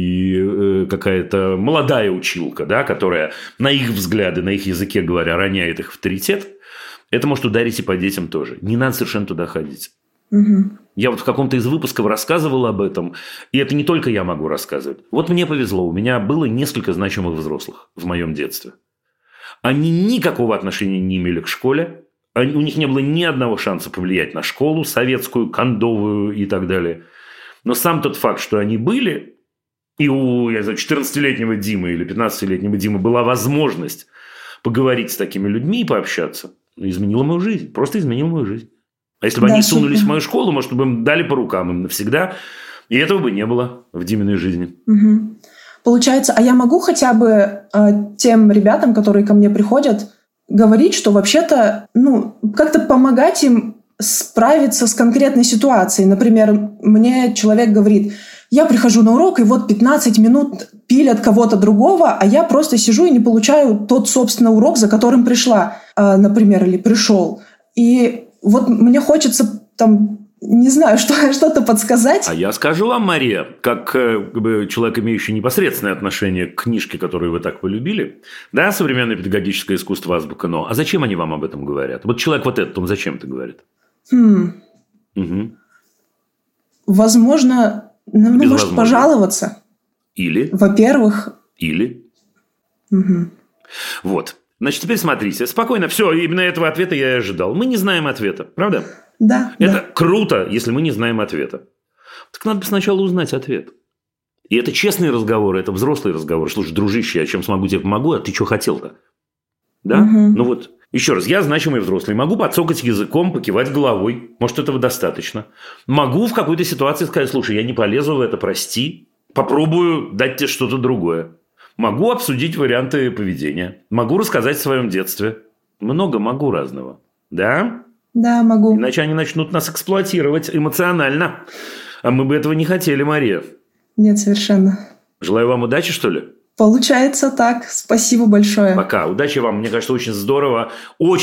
и какая-то молодая училка, да, которая на их взгляды, на их языке говоря, роняет их авторитет, это может ударить и по детям тоже. Не надо совершенно туда ходить. Угу. Я вот в каком-то из выпусков рассказывал об этом, и это не только я могу рассказывать. Вот мне повезло, у меня было несколько значимых взрослых в моем детстве. Они никакого отношения не имели к школе, у них не было ни одного шанса повлиять на школу, советскую, кондовую и так далее. Но сам тот факт, что они были, и у 14-летнего Димы или 15-летнего Димы была возможность поговорить с такими людьми и пообщаться, изменила мою жизнь, просто изменила мою жизнь. А если бы они сунулись в мою школу, может, бы им дали по рукам им навсегда, и этого бы не было в Диминой жизни. Угу. Получается, а я могу хотя бы тем ребятам, которые ко мне приходят, говорить, что вообще-то, как-то помогать им справиться с конкретной ситуацией. Например, мне человек говорит: я прихожу на урок, и вот 15 минут пилят кого-то другого, а я просто сижу и не получаю тот, собственно, урок, за которым пришла, например, или пришел. И вот мне хочется не знаю, что-то подсказать. А я скажу вам, Мария, как человек, имеющий непосредственное отношение к книжке, которую вы так полюбили, да, «Современное педагогическое искусство. Азбука НО». А зачем они вам об этом говорят? Вот человек вот этот, он зачем это говорит? Угу. Возможно, может пожаловаться. Или? Во-первых. Или? Угу. Вот. Значит, теперь смотрите. Спокойно. Все, именно этого ответа я и ожидал. Мы не знаем ответа. Правда? Да. Это круто, если мы не знаем ответа. Так надо сначала узнать ответ. И это честный разговор, это взрослый разговор. Слушай, дружище, я чем смогу, тебе помогу, а ты что хотел-то? Да? Угу. Еще раз, я значимый взрослый. Могу подцокать языком, покивать головой. Может, этого достаточно. Могу в какой-то ситуации сказать: слушай, я не полезу в это, прости. Попробую дать тебе что-то другое. Могу обсудить варианты поведения. Могу рассказать о своем детстве. Много могу разного. Да? Да, могу. Иначе они начнут нас эксплуатировать эмоционально. А мы бы этого не хотели, Мария. Нет, совершенно. Желаю вам удачи, что ли? Получается так. Спасибо большое. Пока. Удачи вам. Мне кажется, очень здорово,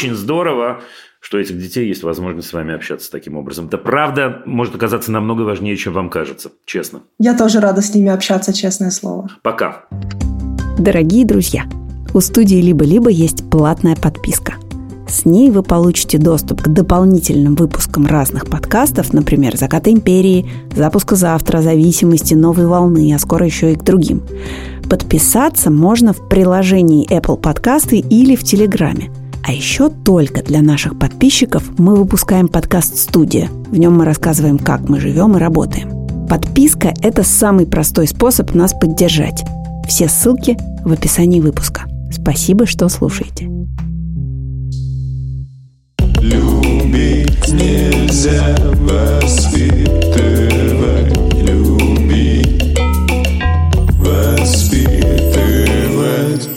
что у этих детей есть возможность с вами общаться таким образом. Это правда может оказаться намного важнее, чем вам кажется. Честно. Я тоже рада с ними общаться, честное слово. Пока. Дорогие друзья, у студии «Либо-либо» есть платная подписка. С ней вы получите доступ к дополнительным выпускам разных подкастов, например, «Заката империи», «Запуска завтра», «Зависимости», «Новой волны», а скоро еще и к другим. Подписаться можно в приложении Apple Подкасты или в Телеграме. А еще только для наших подписчиков мы выпускаем подкаст «Студия». В нем мы рассказываем, как мы живем и работаем. Подписка – это самый простой способ нас поддержать. Все ссылки в описании выпуска. Спасибо, что слушаете. Любить нельзя воспитывать, любить, воспитывать.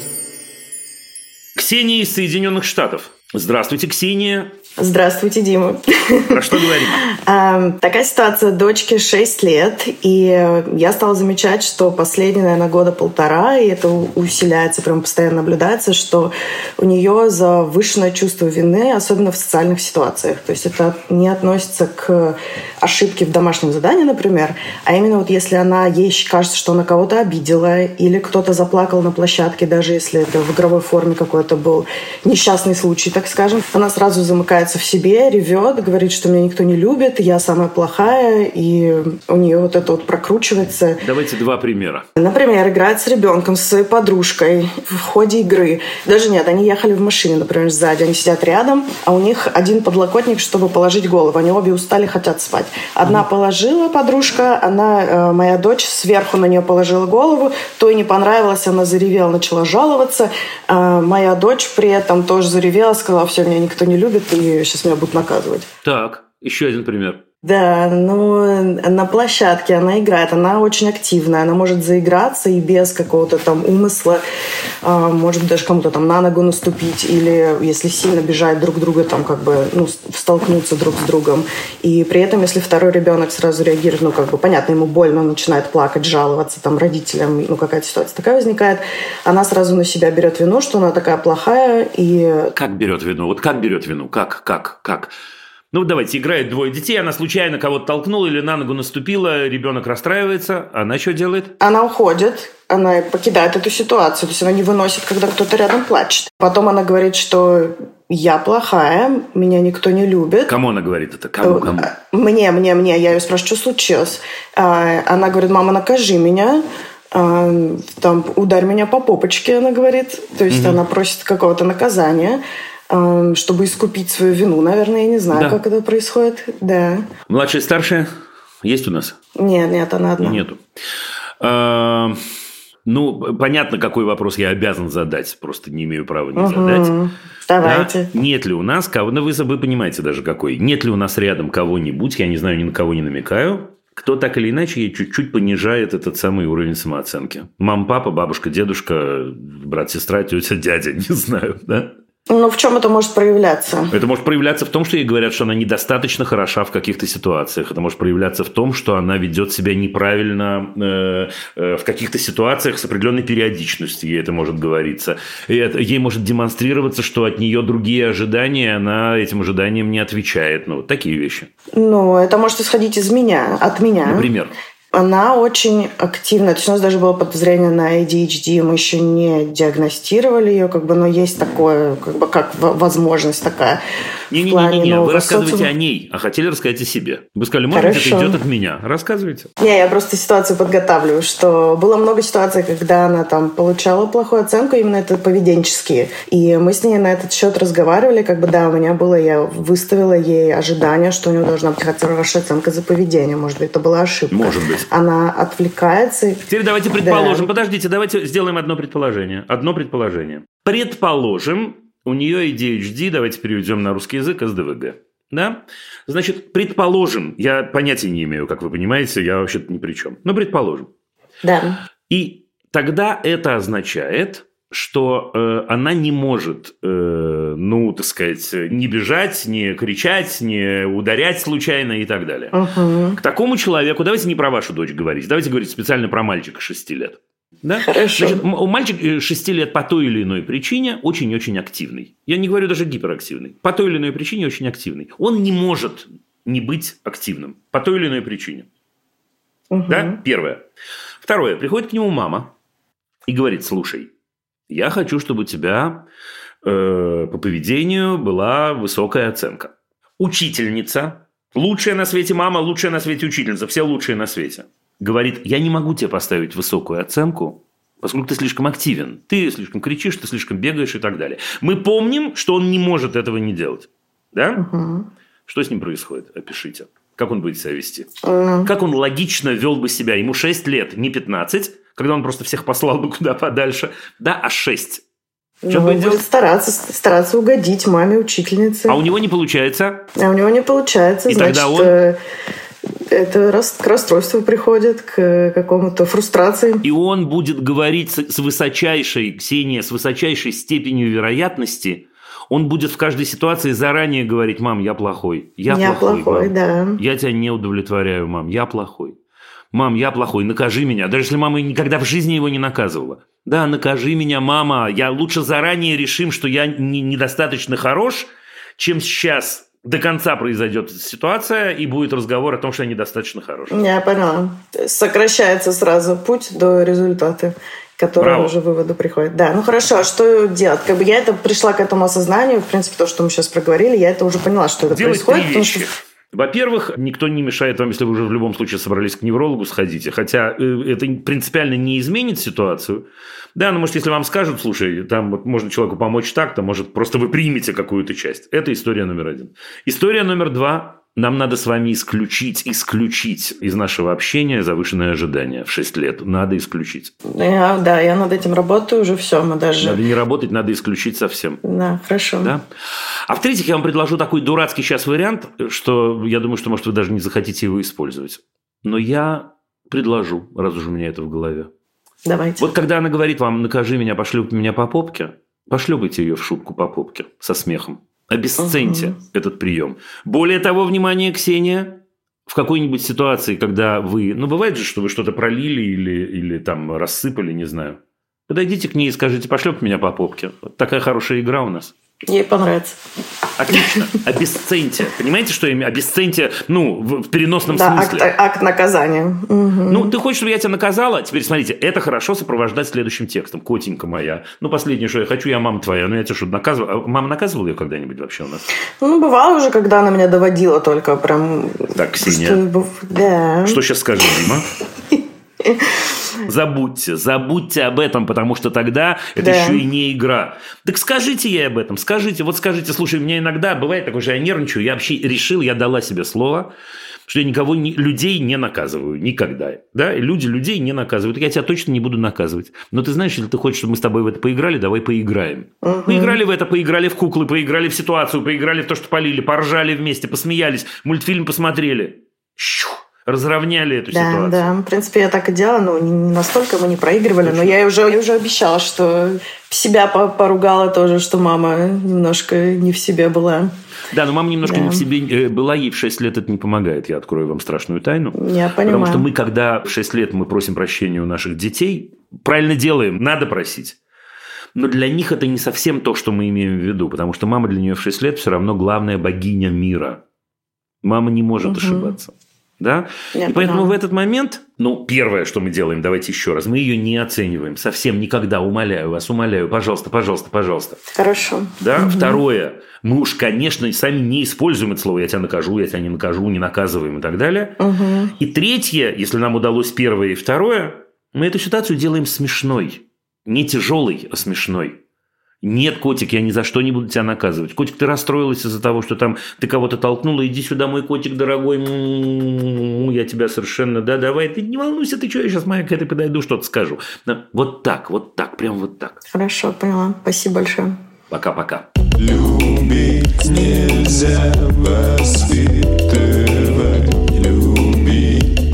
Ксения из Соединенных Штатов. Здравствуйте, Ксения. Здравствуйте, Дима. Про что говорим? Такая ситуация. Дочке 6 лет, и я стала замечать, что последние, наверное, года полтора, и это усиляется, прям постоянно наблюдается, что у нее завышенное чувство вины, особенно в социальных ситуациях. То есть это не относится к ошибке в домашнем задании, например, а именно вот если ей кажется, что она кого-то обидела, или кто-то заплакал на площадке, даже если это в игровой форме какой-то был несчастный случай, так скажем, она сразу замыкается в себе, ревет, говорит, что меня никто не любит, я самая плохая, и у нее вот это вот прокручивается. Давайте 2 примера. Например, играет с ребенком, с своей подружкой в ходе игры. Даже нет, они ехали в машине, например, сзади, они сидят рядом, а у них один подлокотник, чтобы положить голову. Они обе устали, хотят спать. Одна положила подружка, моя дочь, сверху на нее положила голову, то и не понравилось, она заревела, начала жаловаться. Моя дочь при этом тоже заревела, сказала: все, меня никто не любит, и сейчас меня будут наказывать. Так, еще один пример. Да, на площадке она играет, она очень активная, она может заиграться и без какого-то там умысла, может быть, даже кому-то там на ногу наступить, или если сильно бежать друг друга, там столкнуться друг с другом. И при этом, если второй ребенок сразу реагирует, понятно, ему больно, он начинает плакать, жаловаться там родителям, какая-то ситуация такая возникает, она сразу на себя берет вину, что она такая плохая. И как берет вину? Вот как берет вину? Как? Давайте, играет 2 детей, она случайно кого-то толкнула или на ногу наступила, ребенок расстраивается, она что делает? Она уходит, она покидает эту ситуацию, то есть она не выносит, когда кто-то рядом плачет. Потом она говорит, что я плохая, меня никто не любит. Кому она говорит это? Кому? Мне. Я ее спрашиваю, что случилось? Она говорит: мама, накажи меня. Ударь меня по попочке, она говорит. То есть она просит какого-то наказания, чтобы искупить свою вину. Наверное, я не знаю, как это происходит. Да. Младшая, старшая есть у нас? Нет, она одна. Нету. Понятно, какой вопрос я обязан задать. Просто не имею права не задать. Давайте. Да? Нет ли у нас вы понимаете даже какой. Нет ли у нас рядом кого-нибудь, я не знаю, ни на кого не намекаю, кто так или иначе ей чуть-чуть понижает этот самый уровень самооценки. Мама, папа, бабушка, дедушка, брат, сестра, тетя, дядя, не знаю, да? Ну, в чем это может проявляться? Это может проявляться в том, что ей говорят, что она недостаточно хороша в каких-то ситуациях. Это может проявляться в том, что она ведет себя неправильно в каких-то ситуациях с определенной периодичностью. Ей это может говориться. И ей может демонстрироваться, что от нее другие ожидания, она этим ожиданиям не отвечает. Ну, вот такие вещи. Ну, это может исходить от меня. Например? Она очень активна. То есть у нас даже было подозрение на ADHD. Мы еще не диагностировали ее, но есть такое, как возможность такая. Не-не-не, вы рассказываете о ней, а хотели рассказать о себе. Вы сказали, может быть, это идет от меня. Рассказывайте. Не, я просто ситуацию подготавливаю, что было много ситуаций, когда она там получала плохую оценку, именно это поведенческие. И мы с ней на этот счет разговаривали, да, у меня было, я выставила ей ожидание, что у нее должна быть хорошая оценка за поведение. Может быть, это была ошибка. Может быть. Она отвлекается. Теперь давайте предположим. Да. Подождите, давайте сделаем одно предположение. Предположим, у нее ADHD, давайте переведем на русский язык, СДВГ. Да? Значит, предположим, я понятия не имею, как вы понимаете, я вообще-то ни при чем. Но предположим. Да. И тогда это означает, что она не может, не бежать, не кричать, не ударять случайно и так далее. Угу. К такому человеку, давайте не про вашу дочь говорить, давайте говорить специально про мальчика 6 лет. Да? Хорошо. Значит, мальчик 6 лет по той или иной причине очень-очень активный. Я не говорю даже гиперактивный. По той или иной причине очень активный. Он не может не быть активным. По той или иной причине. Угу. Да? Первое. Второе. Приходит к нему мама и говорит, слушай, я хочу, чтобы у тебя по поведению была высокая оценка. Учительница, лучшая на свете мама, лучшая на свете учительница, все лучшие на свете. Говорит, я не могу тебе поставить высокую оценку, поскольку ты слишком активен. Ты слишком кричишь, ты слишком бегаешь и так далее. Мы помним, что он не может этого не делать. Да? Угу. Что с ним происходит? Опишите. Как он будет себя вести? Как он логично вел бы себя? Ему 6 лет, не 15, когда он просто всех послал бы куда подальше, да, а 6. Он будет стараться угодить маме, учительнице. А у него не получается? И значит, тогда он... это к расстройству приходит, к какому-то фрустрации. И он будет говорить с высочайшей, Ксения, с высочайшей степенью вероятности, он будет в каждой ситуации заранее говорить, мам, я плохой. Я плохой, мам. Да. Я тебя не удовлетворяю, мам, я плохой. Мам, я плохой, накажи меня. Даже если мама никогда в жизни его не наказывала. Да, накажи меня, мама. Я лучше заранее решим, что я недостаточно хорош, чем сейчас до конца произойдет эта ситуация, и будет разговор о том, что я недостаточно хорош. Я поняла. Сокращается сразу путь до результата, к которому уже выводу приходит. Да, ну хорошо, а что делать? Я пришла к этому осознанию, в принципе, то, что мы сейчас проговорили, я это уже поняла, что это происходит. Потому что... Во-первых, никто не мешает вам, если вы уже в любом случае собрались к неврологу, сходите. Хотя это принципиально не изменит ситуацию. Да, но может, если вам скажут, слушай, там вот можно человеку помочь так-то, может, просто вы примете какую-то часть. Это история номер 1. История номер 2. Нам надо с вами исключить из нашего общения завышенное ожидание в 6 лет. Надо исключить. Я над этим работаю уже, все. Надо не работать, надо исключить совсем. Да, хорошо. Да? А в-третьих, я вам предложу такой дурацкий сейчас вариант, что я думаю, что, может, вы даже не захотите его использовать. Но я предложу, раз уже у меня это в голове. Давайте. Вот когда она говорит вам, накажи меня, пошлепай меня по попке, пошлепайте ее в шутку по попке со смехом. Обесценьте этот прием. Более того, внимание, Ксения, в какой-нибудь ситуации, когда вы... бывает же, что вы что-то пролили или там рассыпали, не знаю. Подойдите к ней и скажите, пошлепай меня по попке. Вот такая хорошая игра у нас. Ей понравится. Отлично. Обесценьте. Понимаете, что я имею? Обесценьте, в переносном смысле. Акт наказания. Угу. Ты хочешь, чтобы я тебя наказала? Теперь смотрите, это хорошо сопровождать следующим текстом. Котенька моя. Последнее, что я хочу, я мама твоя. Я тебя что, наказывала? Мама наказывала ее когда-нибудь вообще у нас? Бывало уже, когда она меня доводила только прям... Так, Ксения. Да. Что сейчас скажет Дима? Забудьте об этом, потому что тогда это еще и не игра. Так скажите ей об этом, скажите, слушай, у меня иногда бывает такое, что я нервничаю, я вообще решил, я дала себе слово, что я людей не наказываю никогда. Да? Люди людей не наказывают. Я тебя точно не буду наказывать. Но ты знаешь, если ты хочешь, чтобы мы с тобой в это поиграли, давай поиграем. Поиграли в это, поиграли в куклы, поиграли в ситуацию, поиграли в то, что полили, поржали вместе, посмеялись, мультфильм посмотрели. разровняли эту ситуацию. Да, в принципе, я так и делала, но не настолько мы не проигрывали, но я уже обещала, что себя поругала тоже, что мама немножко не в себе была. Да, но мама немножко не в себе была, ей в 6 лет это не помогает, я открою вам страшную тайну. Я понимаю. Потому что мы, когда в 6 лет мы просим прощения у наших детей, правильно делаем, надо просить. Но для них это не совсем то, что мы имеем в виду, потому что мама для нее в 6 лет все равно главная богиня мира. Мама не может ошибаться. Да? И поэтому в этот момент, первое, что мы делаем, давайте еще раз, мы ее не оцениваем совсем никогда, умоляю вас, пожалуйста, пожалуйста, пожалуйста. Хорошо. Да? Второе, мы уж, конечно, сами не используем это слово «я тебя накажу», «я тебя не накажу», «не наказываем» и так далее. И третье, если нам удалось первое и второе, мы эту ситуацию делаем смешной. Не тяжелой, а смешной. Нет, котик, я ни за что не буду тебя наказывать. Котик, ты расстроилась из-за того, что там ты кого-то толкнула. Иди сюда, мой котик дорогой. Я тебя совершенно... Да, давай, ты не волнуйся, ты что, я сейчас, Майя, к этой подойду, что-то скажу. Вот так, прям вот так. Хорошо, поняла. Спасибо большое. Пока-пока. Любить нельзя воспитывать. Любить,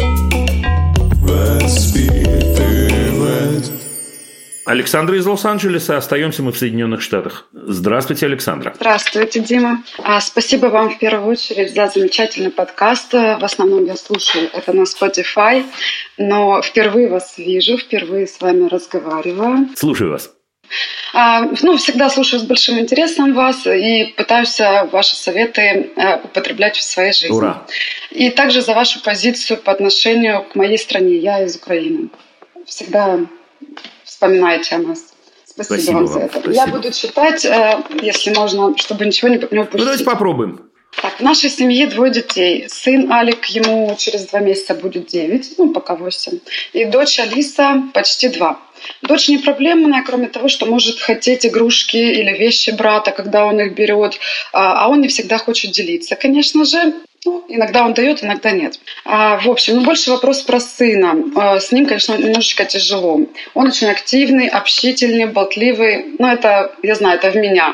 воспитывать. Александра из Лос-Анджелеса. Остаемся мы в Соединенных Штатах. Здравствуйте, Александра. Здравствуйте, Дима. Спасибо вам в первую очередь за замечательный подкаст. В основном я слушаю это на Spotify, но впервые вас вижу, впервые с вами разговариваю. Слушаю вас. Всегда слушаю с большим интересом вас и пытаюсь ваши советы употреблять в своей жизни. Ура! И также за вашу позицию по отношению к моей стране. Я из Украины. Всегда вспоминайте о нас. Спасибо вам за это. Спасибо. Я буду читать, если можно, чтобы ничего не упустить. Давайте попробуем. Так, в нашей семье 2 детей. Сын Алик, ему через 2 месяца будет 9, пока 8. И дочь Алиса почти 2. Дочь не проблемная, кроме того, что может хотеть игрушки или вещи брата, когда он их берет, а он не всегда хочет делиться. Конечно же, иногда он дает, иногда нет. В общем, больше вопрос про сына. С ним, конечно, немножечко тяжело. Он очень активный, общительный, болтливый. Это, я знаю, это в меня.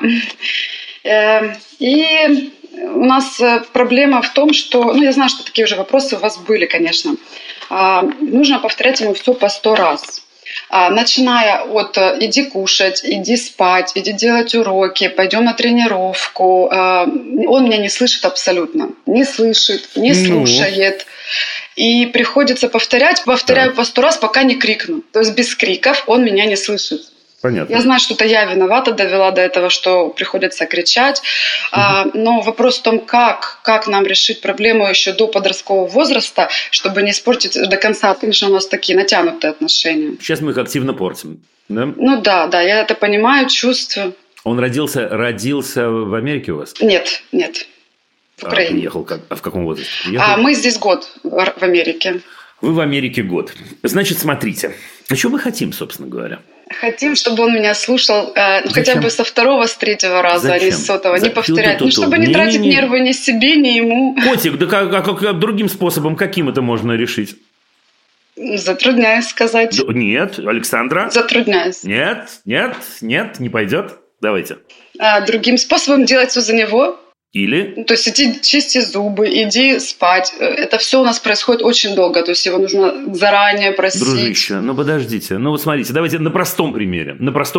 И у нас проблема в том, что... я знаю, что такие уже вопросы у вас были, конечно. Нужно повторять ему все по 100 раз. Начиная от «иди кушать», «иди спать», «иди делать уроки», «пойдем на тренировку». Он меня не слышит абсолютно. Не слышит, не слушает. И приходится повторяю по 100 раз, пока не крикну. То есть без криков он меня не слышит. Понятно. Я знаю, что это я виновата, довела до этого, что приходится кричать. Но вопрос в том, как нам решить проблему еще до подросткового возраста, чтобы не испортить до конца. Конечно, у нас такие натянутые отношения. Сейчас мы их активно портим. Да? Да, я это понимаю, чувствую. Он родился в Америке у вас? Нет, в Украине. Приехал в каком возрасте? Мы здесь год в Америке. Вы в Америке год. Значит, смотрите. А что мы хотим, собственно говоря? Хотим, чтобы он меня слушал хотя бы со 2-го, с 3-го раза, а не с 100-го. Не повторять. Чтобы не тратить нервы ни себе, ни ему. Котик, да как другим способом, каким это можно решить? Затрудняюсь сказать. Нет, Александра? Затрудняюсь. Нет, не пойдет. Давайте. Другим способом делать все за него. Или? То есть иди чисти зубы, иди спать. Это все у нас происходит очень долго. То есть его нужно заранее просить. Дружище, подождите. Смотрите, давайте на простом примере.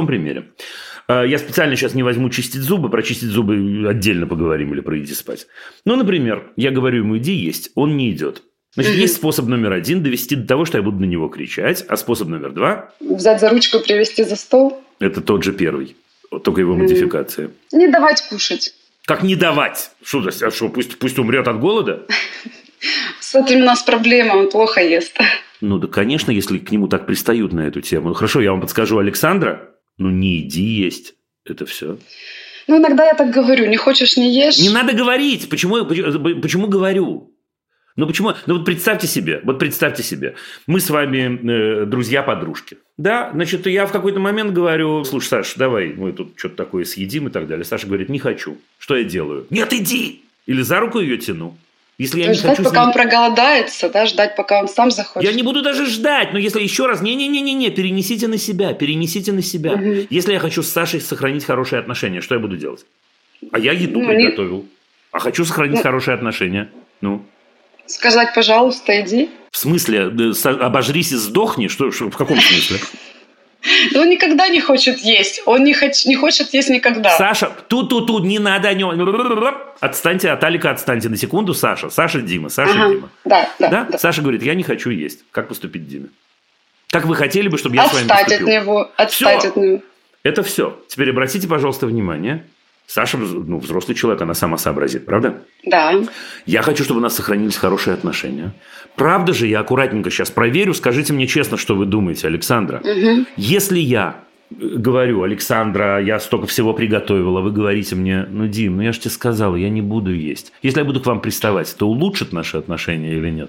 Я специально сейчас не возьму чистить зубы. Про чистить зубы отдельно поговорим или про иди спать. Например, я говорю ему иди есть, он не идет. Значит, есть способ номер 1 довести до того, что я буду на него кричать. А способ номер 2... Взять за ручку и привести за стол. Это тот же первый. Только его модификация. Не давать кушать. Как не давать? Пусть умрет от голода? С этим у нас проблема, он плохо ест. Да, конечно, если к нему так пристают на эту тему. Хорошо, я вам подскажу, Александра, не иди есть. Это все. Иногда я так говорю, не хочешь, не ешь. Не надо говорить. Почему говорю? Почему? Представьте себе. Мы с вами друзья-подружки. Да, значит, я в какой-то момент говорю: слушай, Саш, давай мы тут что-то такое съедим и так далее. Саша говорит: не хочу. Что я делаю? Нет, иди! Или за руку ее тяну. Если я не ждать, хочу пока он проголодается, да, ждать, пока он сам захочет. Я не буду даже ждать, но если еще раз, перенесите на себя. Угу. Если я хочу с Сашей сохранить хорошие отношения, что я буду делать? А я еду приготовил. А хочу сохранить хорошие отношения. Сказать, пожалуйста, иди. В смысле, обожрись и сдохни? Что, в каком смысле? Да он никогда не хочет есть. Он не хочет есть никогда. Саша, тут, не надо о нем. Отстаньте, от Алика отстаньте на секунду, Саша. Саша, Дима, Дима. Да. Саша говорит, я не хочу есть. Как поступить Диме? Как вы хотели бы, чтобы я с вами поступил? Отстать от него. Это все. Теперь обратите, пожалуйста, внимание. Саша, взрослый человек, она сама сообразит, правда? Да. Я хочу, чтобы у нас сохранились хорошие отношения. Правда же, я аккуратненько сейчас проверю. Скажите мне честно, что вы думаете, Александра. Угу. Если я говорю, Александра, я столько всего приготовила, вы говорите мне, Дим, я же тебе сказала, я не буду есть. Если я буду к вам приставать, это улучшит наши отношения или нет?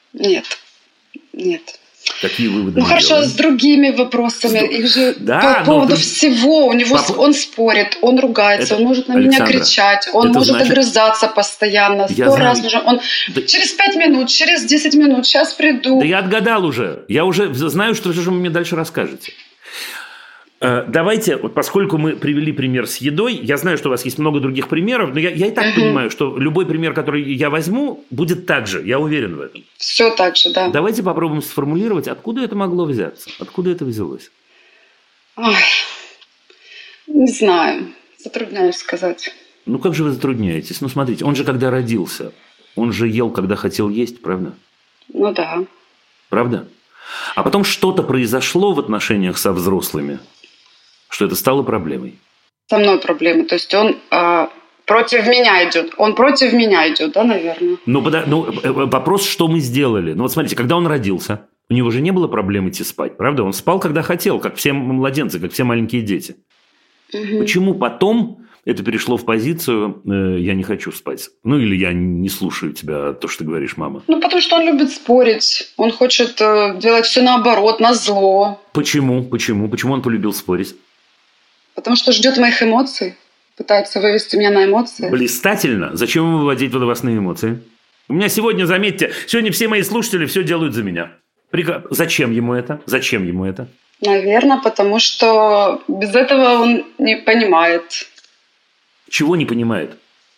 Нет. Какие выводы? Хорошо, с другими вопросами. Их же по поводу всего. У него он спорит, он ругается, он может на меня кричать, он может огрызаться постоянно. 100 раз уже. Он через 5 минут, через 10 минут, сейчас приду. Да я отгадал уже. Я уже знаю, что же вы мне дальше расскажете. Давайте, поскольку мы привели пример с едой, я знаю, что у вас есть много других примеров, но я и так понимаю, что любой пример, который я возьму, будет так же, я уверен в этом. Все так же, да. Давайте попробуем сформулировать, откуда это могло взяться, откуда это взялось. Ой, не знаю, затрудняюсь сказать. Как же вы затрудняетесь? Смотрите, он же когда родился, он же ел, когда хотел есть, правда? Да. Правда? А потом что-то произошло в отношениях со взрослыми, что это стало проблемой. Со мной проблема. То есть он против меня идет. Он против меня идет, да, наверное? Вопрос, что мы сделали. Смотрите, когда он родился, у него же не было проблем идти спать, правда? Он спал, когда хотел, как все младенцы, как все маленькие дети. Угу. Почему потом это перешло в позицию «я не хочу спать»? Или «я не слушаю тебя, то, что ты говоришь, мама». Потому что он любит спорить. Он хочет делать все наоборот, назло. Почему? Почему он полюбил спорить? Потому что ждет моих эмоций. Пытается вывести меня на эмоции. Блистательно. Зачем ему выводить вас на эмоции? У меня сегодня, заметьте, все мои слушатели все делают за меня. Зачем ему это? Наверное, потому что без этого он не понимает. Чего не понимает?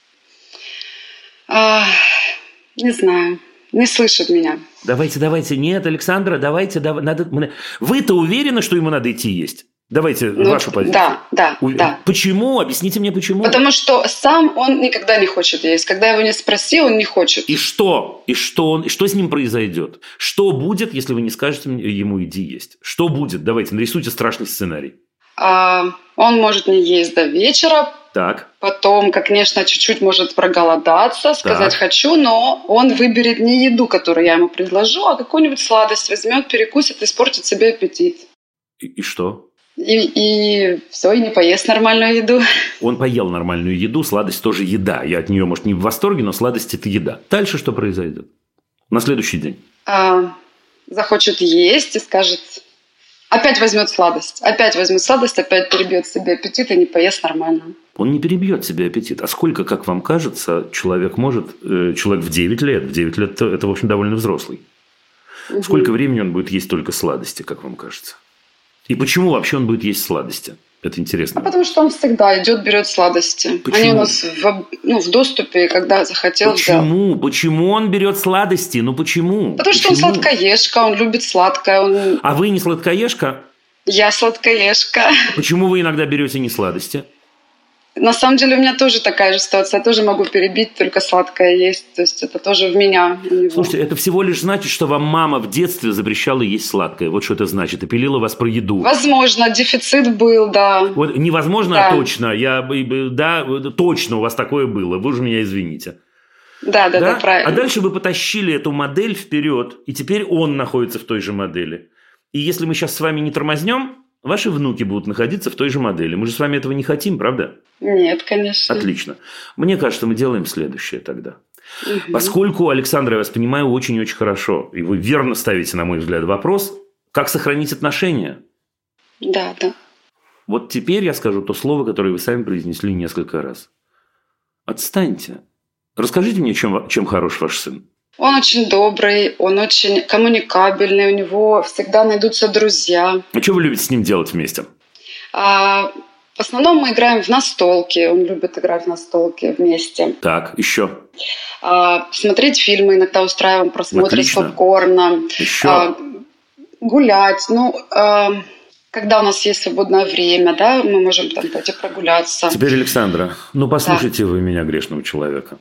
Не знаю. Не слышит меня. Давайте. Нет, Александра, давайте. Вы-то уверены, что ему надо идти есть? Давайте вашу позицию. Да. Почему? Объясните мне, почему. Потому что сам он никогда не хочет есть. Когда я его не спросил, он не хочет. И что? Что с ним произойдет? Что будет, если вы не скажете ему «иди есть»? Что будет? Давайте, нарисуйте страшный сценарий. Он может не есть до вечера. Так. Потом, конечно, чуть-чуть может проголодаться, сказать «хочу», но он выберет не еду, которую я ему предложу, а какую-нибудь сладость возьмет, перекусит, испортит себе аппетит. И что? И все, и не поест нормальную еду. Он поел нормальную еду, сладость тоже еда. Я от нее, может, не в восторге, но сладость – это еда. Дальше что произойдет? На следующий день? Захочет есть и скажет... Опять возьмет сладость, опять перебьет себе аппетит и не поест нормально. Он не перебьет себе аппетит. А сколько, как вам кажется, человек может... Человек в 9 лет. В 9 лет это, в общем, довольно взрослый. Угу. Сколько времени он будет есть только сладости, как вам кажется? И почему вообще он будет есть сладости? Это интересно. Потому что он всегда идет, берет сладости. Почему? Они у нас в доступе, когда захотел, взял. Почему он берет сладости? Почему? Потому что он сладкоежка, он любит сладкое. А вы не сладкоежка? Я сладкоежка. Почему вы иногда берете не сладости? На самом деле у меня тоже такая же ситуация. Я тоже могу перебить, только сладкое есть. То есть это тоже в меня. Слушайте, это всего лишь значит, что вам мама в детстве запрещала есть сладкое. Вот что это значит. И пилила вас про еду. Возможно, дефицит был, да. Вот невозможно, да. А точно. Точно у вас такое было. Вы уже меня извините. Да, правильно. А дальше вы потащили эту модель вперед, и теперь он находится в той же модели. И если мы сейчас с вами не тормознем, ваши внуки будут находиться в той же модели. Мы же с вами этого не хотим, правда? Нет, конечно. Отлично. Мне кажется, мы делаем следующее тогда. Угу. Поскольку, Александра, я вас понимаю очень-очень хорошо, и вы верно ставите, на мой взгляд, вопрос, как сохранить отношения? Да. Вот теперь я скажу то слово, которое вы сами произнесли несколько раз. Отстаньте. Расскажите мне, чем хорош ваш сын. Он очень добрый, он очень коммуникабельный, у него всегда найдутся друзья. А что вы любите с ним делать вместе? В основном мы играем в настолки. Он любит играть в настолки вместе. Так, еще? смотреть фильмы, иногда устраиваем просмотры с Отлично. попкорном, Еще. гулять. Когда у нас есть свободное время, да, мы можем там пойти прогуляться. Теперь, Александра, послушайте вы меня, грешного человека.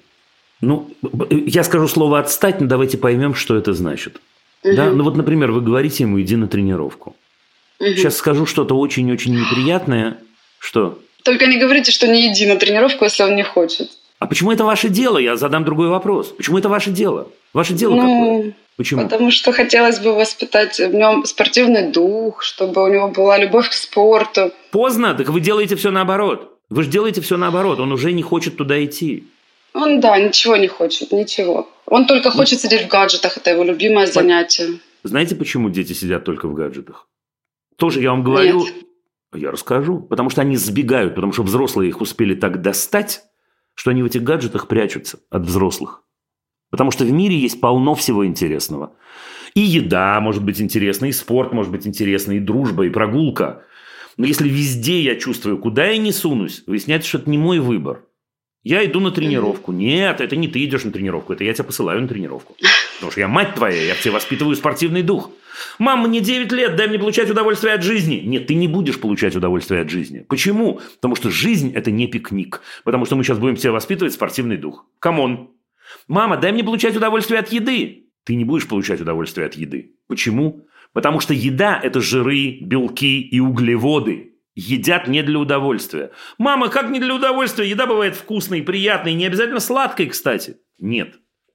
Я скажу слово «отстать», но давайте поймем, что это значит. Да? Например, вы говорите ему «иди на тренировку». Сейчас скажу что-то очень-очень неприятное. Что? Только не говорите, что не иди на тренировку, если он не хочет. А почему это ваше дело? Я задам другой вопрос. Почему это ваше дело? Ваше дело какое? Почему? Потому что хотелось бы воспитать в нем спортивный дух, чтобы у него была любовь к спорту. Поздно, так вы делаете все наоборот. Вы же делаете все наоборот. Он уже не хочет туда идти. Он, ничего не хочет, ничего. Он только хочет сидеть в гаджетах, это его любимое занятие. Знаете, почему дети сидят только в гаджетах? Тоже я вам говорю, Нет. Я расскажу. Потому что они сбегают, потому что взрослые их успели так достать, что они в этих гаджетах прячутся от взрослых. Потому что в мире есть полно всего интересного. И еда может быть интересна, и спорт может быть интересный, и дружба, и прогулка. Но если везде я чувствую, куда я не сунусь, выясняется, что это не мой выбор. Я иду на тренировку. Нет, это не ты идешь на тренировку, это я тебя посылаю на тренировку. Потому что я мать твоя, я в тебе воспитываю спортивный дух. Мам, мне 9 лет, дай мне получать удовольствие от жизни. Нет, ты не будешь получать удовольствие от жизни. Почему? Потому что жизнь – это не пикник. Потому что мы сейчас будем в тебе воспитывать спортивный дух. Камон. Мама, дай мне получать удовольствие от еды. Ты не будешь получать удовольствие от еды. Почему? Потому что еда – это жиры, белки и углеводы. Едят не для удовольствия. Мама, как не для удовольствия? Еда бывает вкусной, приятной, не обязательно сладкой, кстати. Нет.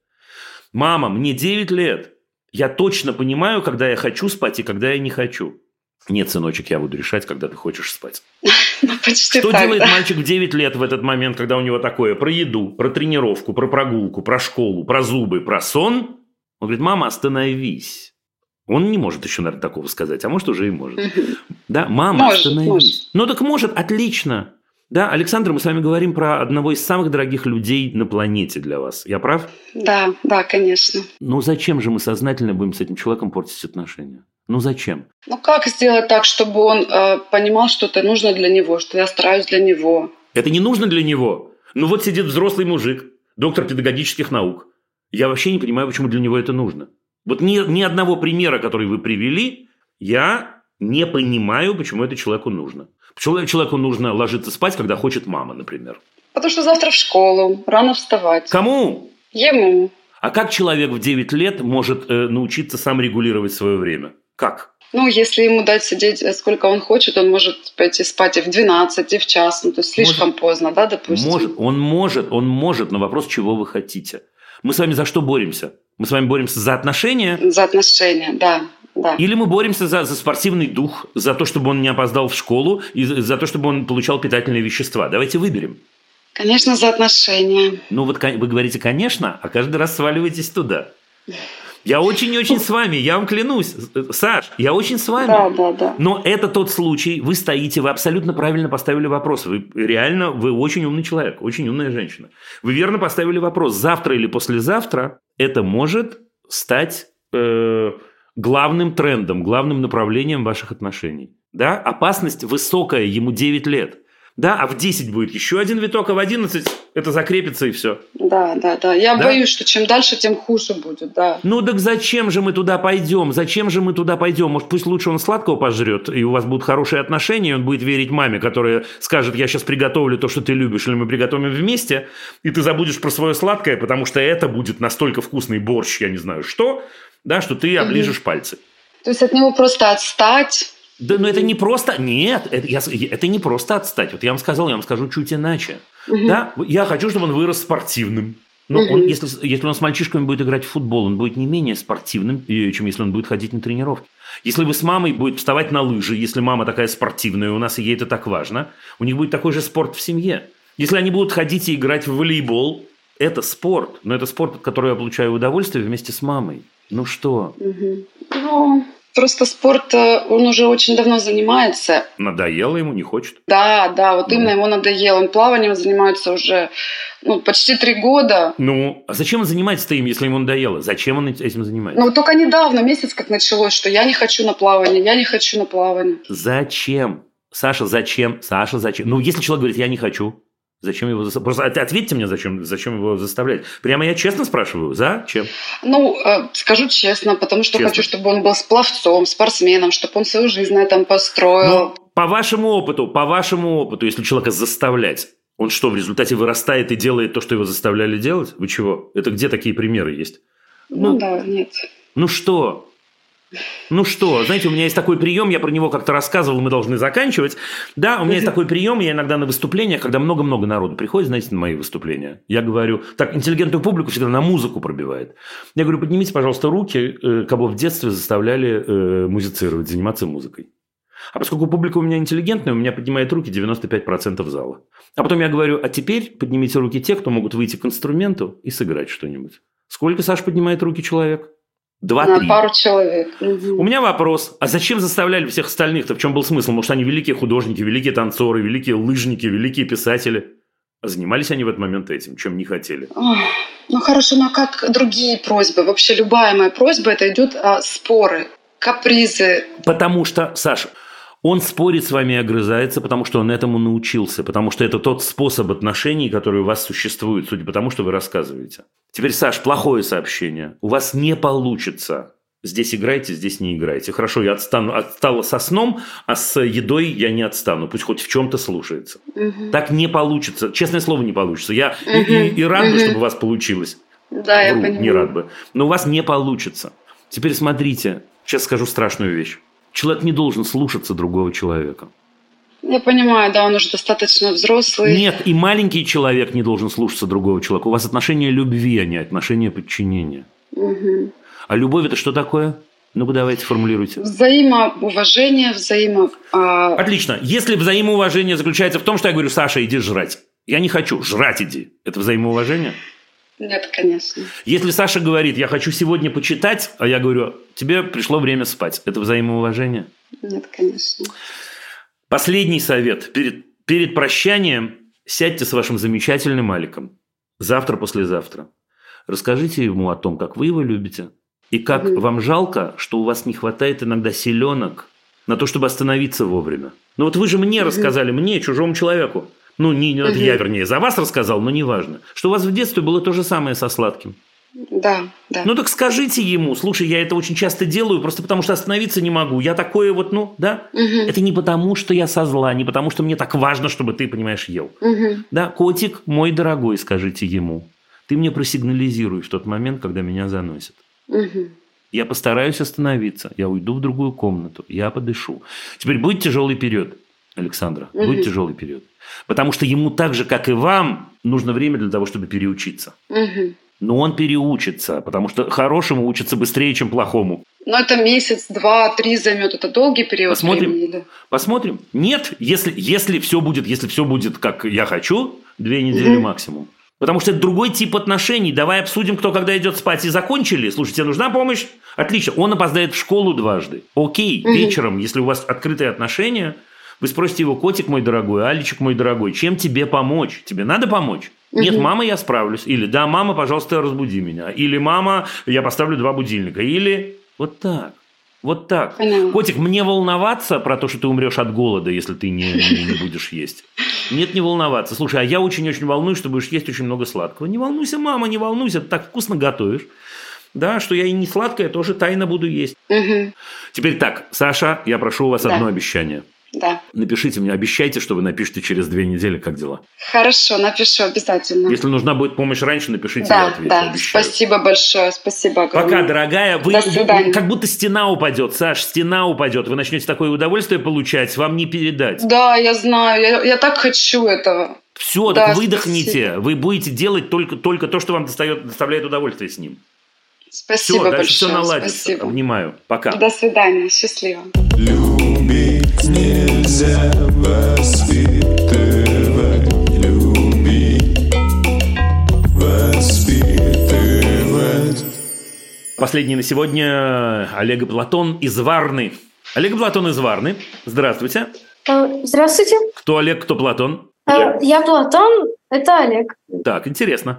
Мама, мне 9 лет. Я точно понимаю, когда я хочу спать и когда я не хочу. Нет, сыночек, я буду решать, когда ты хочешь спать. Почти Что так, делает да. мальчик в 9 лет в этот момент, когда у него такое? Про еду, про тренировку, про прогулку, про школу, про зубы, про сон? Он говорит, мама, остановись. Он не может еще, наверное, такого сказать, а может, уже и может. Да, мама, Может, остановись. может. Ну, так может, отлично. Да, Александра, мы с вами говорим про одного из самых дорогих людей на планете для вас. Я прав? Да, конечно. Ну, зачем же мы сознательно будем с этим человеком портить отношения? Ну, зачем? Как сделать так, чтобы он понимал, что это нужно для него, что я стараюсь для него? Это не нужно для него. Ну, вот сидит взрослый мужик, доктор педагогических наук. Я вообще не понимаю, почему для него это нужно. Вот ни одного примера, который вы привели, я не понимаю, почему это человеку нужно. Почему человеку нужно ложиться спать, когда хочет мама, например? Потому что завтра в школу, рано вставать. Кому? Ему. А как человек в 9 лет может научиться сам регулировать свое время? Как? Если ему дать сидеть сколько он хочет, он может пойти спать и в 12, и в час. То есть слишком поздно, да, допустим? Он может, но вопрос, чего вы хотите. Мы с вами за что боремся? Мы с вами боремся за отношения? За отношения, да. Или мы боремся за спортивный дух, за то, чтобы он не опоздал в школу, и за то, чтобы он получал питательные вещества. Давайте выберем. Конечно, за отношения. Вы говорите «конечно», а каждый раз сваливаетесь туда. Я очень-очень с вами, я вам клянусь. Саш, я очень с вами. Да. Но это тот случай, вы стоите, вы абсолютно правильно поставили вопрос. Вы очень умный человек, очень умная женщина. Вы верно поставили вопрос. Завтра или послезавтра это может стать главным трендом, главным направлением ваших отношений. Да? Опасность высокая, ему 9 лет. Да, а в 10 будет еще один виток, а в 11 это закрепится и все. Да. Я боюсь, что чем дальше, тем хуже будет, да. Ну так зачем же мы туда пойдем? Может, пусть лучше он сладкого пожрет, и у вас будут хорошие отношения, и он будет верить маме, которая скажет, я сейчас приготовлю то, что ты любишь, или мы приготовим вместе, и ты забудешь про свое сладкое, потому что это будет настолько вкусный борщ, я не знаю что, да, что ты оближешь пальцы. То есть от него просто отстать. Да, но это не просто... Нет, это не просто отстать. Вот я вам скажу чуть иначе. Да? Я хочу, чтобы он вырос спортивным. Но если он с мальчишками будет играть в футбол, он будет не менее спортивным, чем если он будет ходить на тренировки. Если вы с мамой будет вставать на лыжи, если мама такая спортивная у нас, и ей это так важно, у них будет такой же спорт в семье. Если они будут ходить и играть в волейбол, это спорт. Но это спорт, от которого я получаю удовольствие вместе с мамой. Ну что? Просто спорт, он уже очень давно занимается. Надоело ему, не хочет? Да, именно ему надоело. Он плаванием занимается уже почти 3 года. А зачем он занимается-то им, если ему надоело? Зачем он этим занимается? Только недавно, месяц как началось, что я не хочу на плавание, Зачем? Саша, зачем? Если человек говорит, я не хочу, Зачем его заставлять? Просто ответьте мне, зачем его заставлять. Прямо я честно спрашиваю, зачем? Скажу честно, потому что Честно. хочу, чтобы он был пловцом, спортсменом, чтобы он свою жизнь на этом построил. Но по вашему опыту, если человека заставлять, он что, в результате вырастает и делает то, что его заставляли делать? Вы чего? Это где такие примеры есть? Нет. Ну что? Знаете, у меня есть такой прием, я про него как-то рассказывал, мы должны заканчивать. Да, у меня есть такой прием, я иногда на выступлениях, когда много-много народу приходит, знаете, на мои выступления, я говорю, так, интеллигентную публику всегда на музыку пробивает. Я говорю, поднимите, пожалуйста, руки, кого в детстве заставляли музицировать, заниматься музыкой. А поскольку публика у меня интеллигентная, у меня поднимает руки 95% зала. А потом я говорю, а теперь поднимите руки те, кто могут выйти к инструменту и сыграть что-нибудь. Сколько, Саш, поднимает руки человек? 2-3. На пару человек. У меня вопрос. А зачем заставляли всех остальных-то? В чем был смысл? Может, они великие художники, великие танцоры, великие лыжники, великие писатели? А занимались они в этот момент этим, чем не хотели? Хорошо, но как другие просьбы? Вообще любая моя просьба, это идут споры, капризы. Потому что, Саша, он спорит с вами и огрызается, потому что он этому научился, потому что это тот способ отношений, который у вас существует, судя по тому, что вы рассказываете. Теперь, Саш, плохое сообщение. У вас не получится. Здесь играйте, здесь не играйте. Хорошо, я отстала со сном, а с едой я не отстану. Пусть хоть в чем-то слушается. Так не получится. Честное слово, не получится. Я и рад бы, чтобы у вас получилось. Да, я понимаю. Не рад бы. Но у вас не получится. Теперь смотрите. Сейчас скажу страшную вещь. Человек не должен слушаться другого человека. Я понимаю, да, он уже достаточно взрослый. Нет, и маленький человек не должен слушаться другого человека. У вас отношения любви, а не отношения подчинения. А любовь – это что такое? Ну-ка, давайте формулируйте. Взаимоуважение, Отлично. Если взаимоуважение заключается в том, что я говорю, Саша, иди жрать. Я не хочу, жрать иди. Это взаимоуважение? Нет, конечно. Если Саша говорит, я хочу сегодня почитать, а я говорю, тебе пришло время спать. Это взаимоуважение? Нет, конечно. Последний совет. Перед прощанием сядьте с вашим замечательным Аликом. Завтра, послезавтра. Расскажите ему о том, как вы его любите. И как вам жалко, что у вас не хватает иногда силенок на то, чтобы остановиться вовремя. Ну вот вы же мне рассказали, мне, чужому человеку. Ну, я, вернее, за вас рассказал, но неважно. Что у вас в детстве было то же самое со сладким. Да. Ну, так скажите ему, слушай, я это очень часто делаю, просто потому что остановиться не могу. Я такое Это не потому, что я со зла, не потому, что мне так важно, чтобы ты, понимаешь, ел. Да, котик мой дорогой, скажите ему. Ты мне просигнализируй в тот момент, когда меня заносит. Я постараюсь остановиться, я уйду в другую комнату, я подышу. Теперь будет тяжелый период, Александра, будет тяжелый период. Потому что ему так же, как и вам, нужно время для того, чтобы переучиться. Но он переучится, потому что хорошему учится быстрее, чем плохому. Но это месяц, 2-3 займет, это долгий период времени. Посмотрим. Нет, если все будет, как я хочу, 2 недели максимум. Потому что это другой тип отношений. Давай обсудим, кто когда идет спать. И закончили. Слушайте, тебе нужна помощь? Отлично. Он опоздает в школу 2. Окей, вечером, если у вас открытые отношения, вы спросите его, котик мой дорогой, Аличек мой дорогой, чем тебе помочь? Тебе надо помочь? Нет, мама, я справлюсь. Или да, мама, пожалуйста, разбуди меня. Или мама, я поставлю 2 будильника. Или вот так. Вот так. Понятно. Котик, мне волноваться про то, что ты умрешь от голода, если ты не будешь есть? Нет, не волноваться. Слушай, а я очень-очень волнуюсь, что будешь есть очень много сладкого. Не волнуйся, мама, не волнуйся, ты так вкусно готовишь. Да, что я и не сладкое тоже тайно буду есть. Теперь так, Саша, я прошу у вас одно обещание. Да. Напишите мне, обещайте, что вы напишите через 2 недели, как дела. Хорошо, напишу обязательно. Если нужна будет помощь раньше, напишите, я отвечу. Да, обещаю. спасибо большое, спасибо огромное. Пока, дорогая. До свидания. Как будто стена упадет, Саш, стена упадет. Вы начнете такое удовольствие получать, вам не передать. Да, я знаю, я так хочу этого. Все, да, так выдохните. Спасибо. Вы будете делать только то, что вам доставляет удовольствие с ним. Спасибо все, дальше большое. все наладится. Спасибо. Обнимаю. Пока. До свидания. Счастливо. Любить нельзя воспитывать, любить, воспитывать. Последний на сегодня Олег и Платон из Варны. Олег и Платон из Варны. Здравствуйте. Здравствуйте. Кто Олег, кто Платон? Я Платон, это Олег. Так, интересно.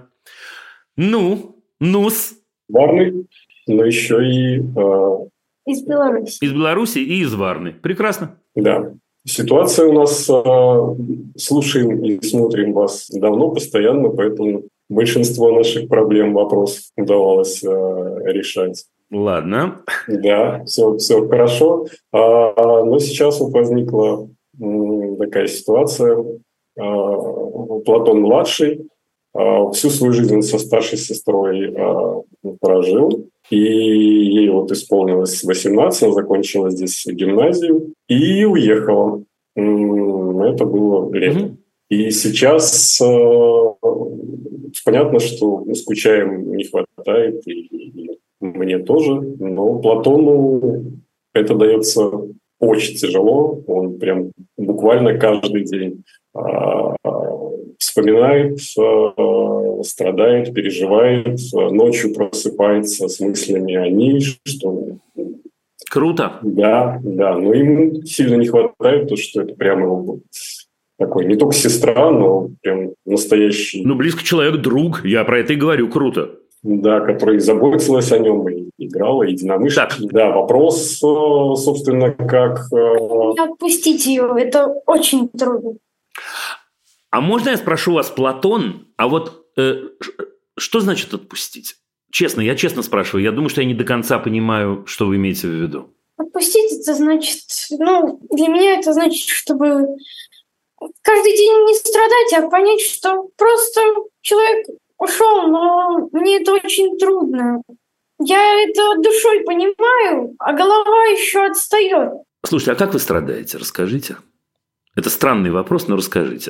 Ну-с. Варны, но еще и... Из Беларуси. Из Беларуси и из Варны. Прекрасно. Да. Ситуация у нас, слушаем и смотрим вас давно, постоянно, поэтому большинство наших проблем, вопросов удавалось решать. Ладно. Да, все хорошо. Но сейчас вот возникла такая ситуация. Платон-младший всю свою жизнь со старшей сестрой прожил. И ей вот исполнилось 18, она закончила здесь гимназию и уехала. Это было летом. И сейчас понятно, что скучаем, не хватает, и мне тоже. Но Платону это дается очень тяжело. Он прям буквально каждый день вспоминает, страдает, переживает, ночью просыпается с мыслями о ней, что... Круто. Да, но ему сильно не хватает, потому что это прямо его такой не только сестра, но прям настоящий... Близкий человек, друг, я про это и говорю, круто. Да, который заботилась о нем и играла, единомышленник. Да, вопрос, собственно, как... Не отпустить ее, это очень трудно. А можно я спрошу вас, Платон, а вот что значит отпустить? Честно, я честно спрашиваю. Я думаю, что я не до конца понимаю, что вы имеете в виду. Отпустить это значит, для меня это значит, чтобы каждый день не страдать, а понять, что просто человек ушел, но мне это очень трудно. Я это душой понимаю, а голова еще отстает. Слушайте, а как вы страдаете? Расскажите. Это странный вопрос, но расскажите.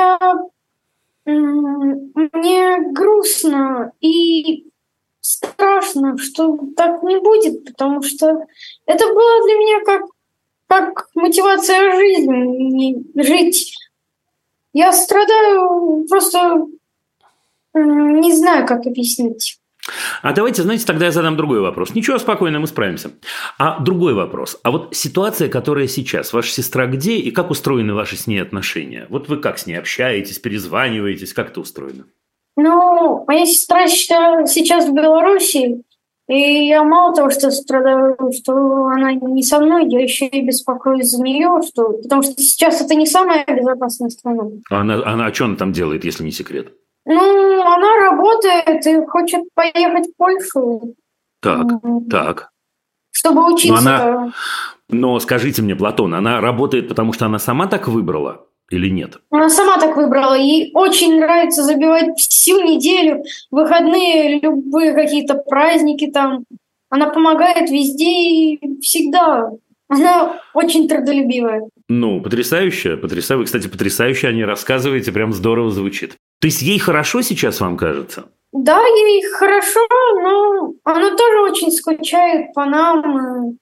Мне грустно и страшно, что так не будет, потому что это было для меня как мотивация жить. Я страдаю, просто не знаю, как объяснить. А давайте, знаете, тогда я задам другой вопрос. Ничего, спокойно, мы справимся. А другой вопрос. А вот ситуация, которая сейчас, ваша сестра где и как устроены ваши с ней отношения? Вот вы как с ней общаетесь, перезваниваетесь, как это устроено? Моя сестра сейчас в Беларуси, и я мало того, что страдаю, что она не со мной, я еще и беспокоюсь за нее, потому что сейчас это не самая безопасная страна. А она что она там делает, если не секрет? Она работает и хочет поехать в Польшу. Так. Чтобы учиться. Но скажите мне, Платон, она работает, потому что она сама так выбрала или нет? Она сама так выбрала. Ей очень нравится забивать всю неделю, выходные, любые какие-то праздники там. Она помогает везде и всегда. Она очень трудолюбивая. Потрясающе. Вы, кстати, потрясающе о ней рассказываете, прям здорово звучит. То есть ей хорошо сейчас, вам кажется? Да, ей хорошо, но она тоже очень скучает по нам.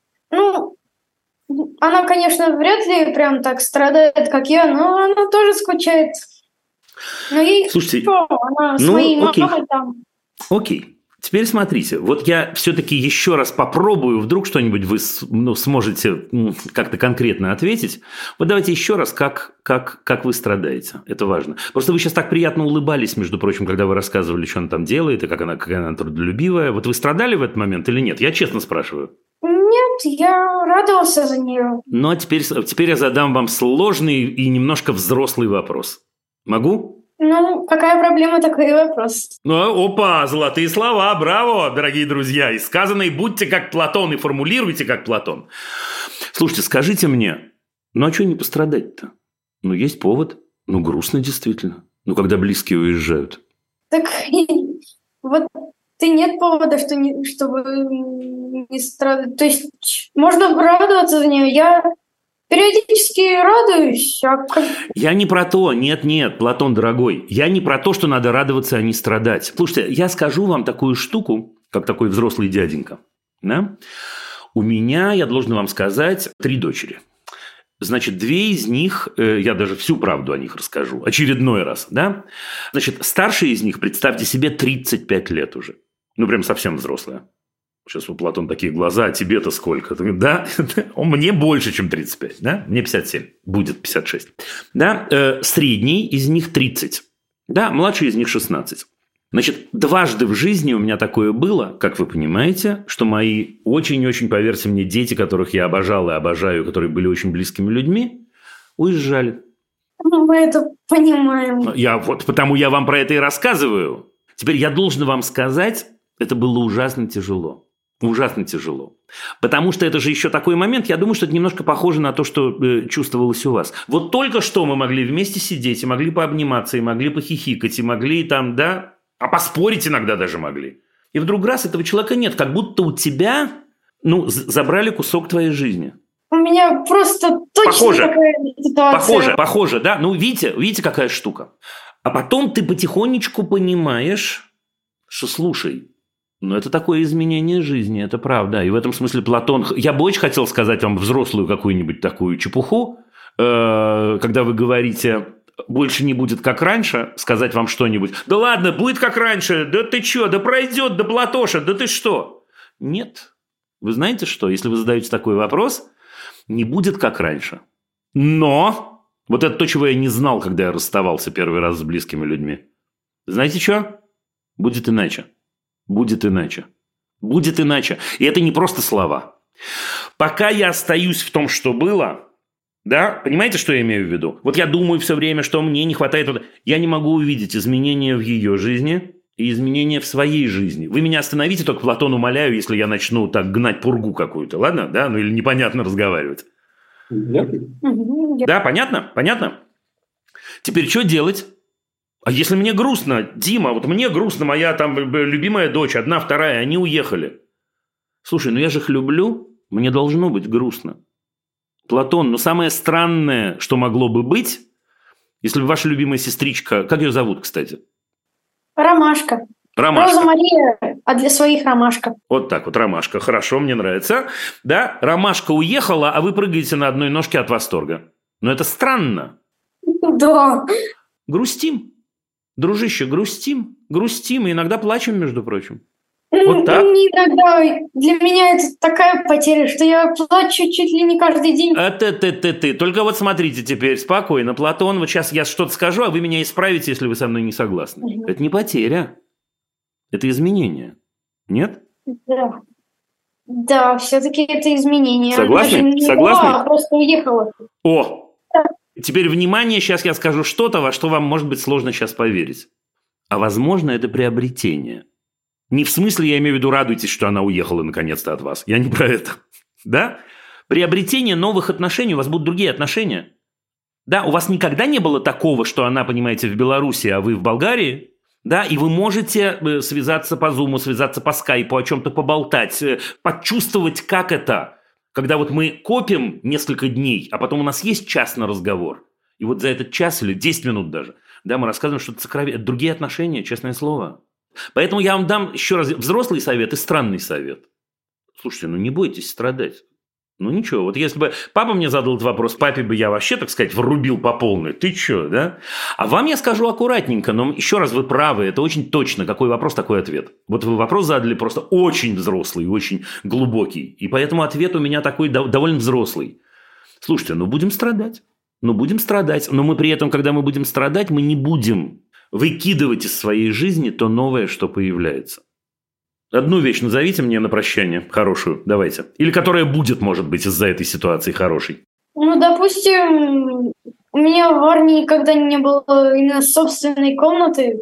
Она, конечно, вряд ли прям так страдает, как я, но она тоже скучает. Но ей хорошо, она своей мамой там. Окей. Теперь смотрите, вот я все-таки еще раз попробую, вдруг что-нибудь вы сможете как-то конкретно ответить. Вот давайте еще раз, как вы страдаете. Это важно. Просто вы сейчас так приятно улыбались, между прочим, когда вы рассказывали, что она там делает, и какая она трудолюбивая. Вот вы страдали в этот момент или нет? Я честно спрашиваю. Нет, я радовался за нее. А теперь я задам вам сложный и немножко взрослый вопрос. Могу? Какая проблема, такой и вопрос. Опа, золотые слова, браво, дорогие друзья. И сказанные будьте как Платон и формулируйте как Платон. Слушайте, скажите мне, а что не пострадать-то? Есть повод. Грустно действительно. Когда близкие уезжают. Так вот и нет повода, чтобы не страдать. То есть можно радоваться за нее. Я периодически радуюсь. Я не про то. Нет, Платон, дорогой. Я не про то, что надо радоваться, а не страдать. Слушайте, я скажу вам такую штуку, как такой взрослый дяденька. Да? У меня, я должен вам сказать, 3 дочери. Значит, 2 из них, я даже всю правду о них расскажу, очередной раз. Да? Значит, старшая из них, представьте себе, 35 лет уже. Прям совсем взрослая. Сейчас у Платона такие глаза, а тебе-то сколько? Да, мне больше, чем 35, да? Мне 57, будет 56. Да, средний из них 30, да, младший из них 16. Значит, дважды в жизни у меня такое было, как вы понимаете, что мои очень-очень, поверьте мне, дети, которых я обожал и обожаю, которые были очень близкими людьми, Уезжали. Мы это понимаем. Потому я вам про это и рассказываю. Теперь я должен вам сказать, это было ужасно тяжело. Ужасно тяжело. Потому что это же еще такой момент, я думаю, что это немножко похоже на то, что чувствовалось у вас. Вот только что мы могли вместе сидеть, и могли пообниматься, и могли похихикать, и могли там, да, а поспорить иногда даже могли. И вдруг раз этого человека нет, как будто у тебя, забрали кусок твоей жизни. У меня просто точно такая ситуация. Похоже, да? Видите, какая штука. А потом ты потихонечку понимаешь, что, слушай, это такое изменение жизни, это правда. И в этом смысле Платон... Я бы очень хотел сказать вам взрослую какую-нибудь такую чепуху, когда вы говорите, больше не будет как раньше, сказать вам что-нибудь. Да ладно, будет как раньше, да ты что, да пройдет, да Платоша, да ты что? Нет. Вы знаете что, если вы задаете такой вопрос, не будет как раньше. Но вот это то, чего я не знал, когда я расставался первый раз с близкими людьми. Знаете что? Будет иначе. Будет иначе. Будет иначе. И это не просто слова. Пока я остаюсь в том, что было, да, понимаете, что я имею в виду? Вот я думаю все время, что мне не хватает... Я не могу увидеть изменения в ее жизни и изменения в своей жизни. Вы меня остановите, только, Платон, умоляю, если я начну так гнать пургу какую-то, ладно? Да, или непонятно разговаривать. Да, понятно? Понятно? Теперь что делать? А если мне грустно, Дима, вот мне грустно, моя там любимая дочь, одна, вторая, они уехали. Слушай, я же их люблю, мне должно быть грустно. Платон, самое странное, что могло бы быть, если бы ваша любимая сестричка, как ее зовут, кстати? Ромашка. Роза Мария, а для своих Ромашка. Вот так вот, Ромашка, хорошо, мне нравится. Да, Ромашка уехала, а вы прыгаете на одной ножке от восторга. Но это странно. Да. Грустим. Дружище, грустим, и иногда плачем, между прочим. Вот так. Иногда для меня это такая потеря, что я плачу чуть ли не каждый день. Ты. Только вот смотрите теперь, спокойно, Платон, вот сейчас я что-то скажу, а вы меня исправите, если вы со мной не согласны. Это не потеря, это изменение. Нет? Да. Да, все-таки это изменение. Согласны? Согласны? Просто уехала. О! Теперь, внимание, сейчас я скажу что-то, во что вам, может быть, сложно сейчас поверить. А возможно, это приобретение. Не в смысле, я имею в виду, радуйтесь, что она уехала наконец-то от вас. Я не про это. Да? Приобретение новых отношений, у вас будут другие отношения. Да, у вас никогда не было такого, что она, понимаете, в Беларуси, а вы в Болгарии. Да, и вы можете связаться по Зуму, связаться по Скайпу, о чем-то поболтать, почувствовать, как это. Когда вот мы копим несколько дней, а потом у нас есть час на разговор, и вот за этот час или 10 минут даже, да, мы рассказываем что-то сокровенное. Это другие отношения, честное слово. Поэтому я вам дам еще раз взрослый совет и странный совет. Слушайте, не бойтесь страдать. Ничего, вот если бы папа мне задал этот вопрос, папе бы я вообще, так сказать, врубил по полной. Ты что, да? А вам я скажу аккуратненько, но еще раз, вы правы, это очень точно. Какой вопрос, такой ответ. Вот вы вопрос задали просто очень взрослый, очень глубокий. И поэтому ответ у меня такой довольно взрослый. Слушайте, будем страдать. Будем страдать. Но мы при этом, когда мы будем страдать, мы не будем выкидывать из своей жизни то новое, что появляется. Одну вещь назовите мне на прощание, хорошую, давайте. Или которая будет, может быть, из-за этой ситуации хорошей. Допустим, у меня в Армии никогда не было именно собственной комнаты.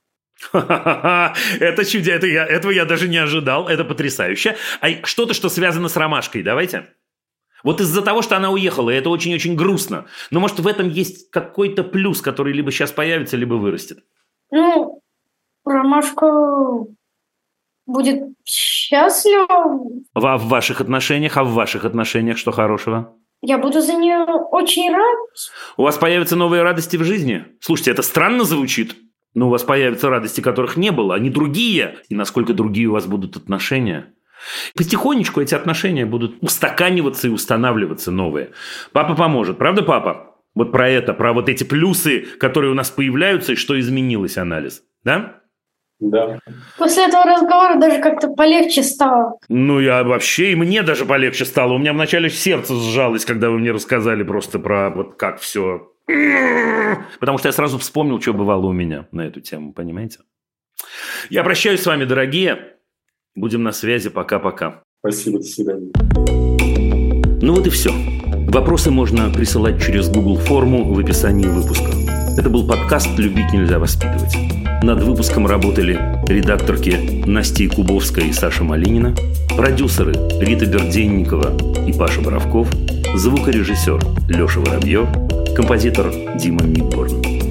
Это чудо, этого я даже не ожидал, это потрясающе. А что-то, что связано с Ромашкой, давайте. Вот из-за того, что она уехала, это очень-очень грустно. Но, может, в этом есть какой-то плюс, который либо сейчас появится, либо вырастет. Ромашка будет счастлива. А в ваших отношениях что хорошего? Я буду за нее очень рад. У вас появятся новые радости в жизни? Слушайте, это странно звучит, но у вас появятся радости, которых не было, они другие. И насколько другие у вас будут отношения? Потихонечку эти отношения будут устаканиваться и устанавливаться новые. Папа поможет, правда, папа? Вот про это, про вот эти плюсы, которые у нас появляются, и что изменилось анализ, да? Да. После этого разговора даже как-то полегче стало. Я вообще, и мне даже полегче стало. У меня вначале сердце сжалось, когда вы мне рассказали просто про вот как все. Потому что я сразу вспомнил, что бывало у меня на эту тему, понимаете? Я прощаюсь с вами, дорогие. Будем на связи. Пока-пока. Спасибо, до свидания. Вот и все. Вопросы можно присылать через Google форму в описании выпуска. Это был подкаст «Любить нельзя воспитывать». Над выпуском работали редакторки Настя Кубовская и Саша Малинина, продюсеры Рита Берденникова и Паша Боровков, звукорежиссер Леша Воробьев, композитор Дима Мидборн.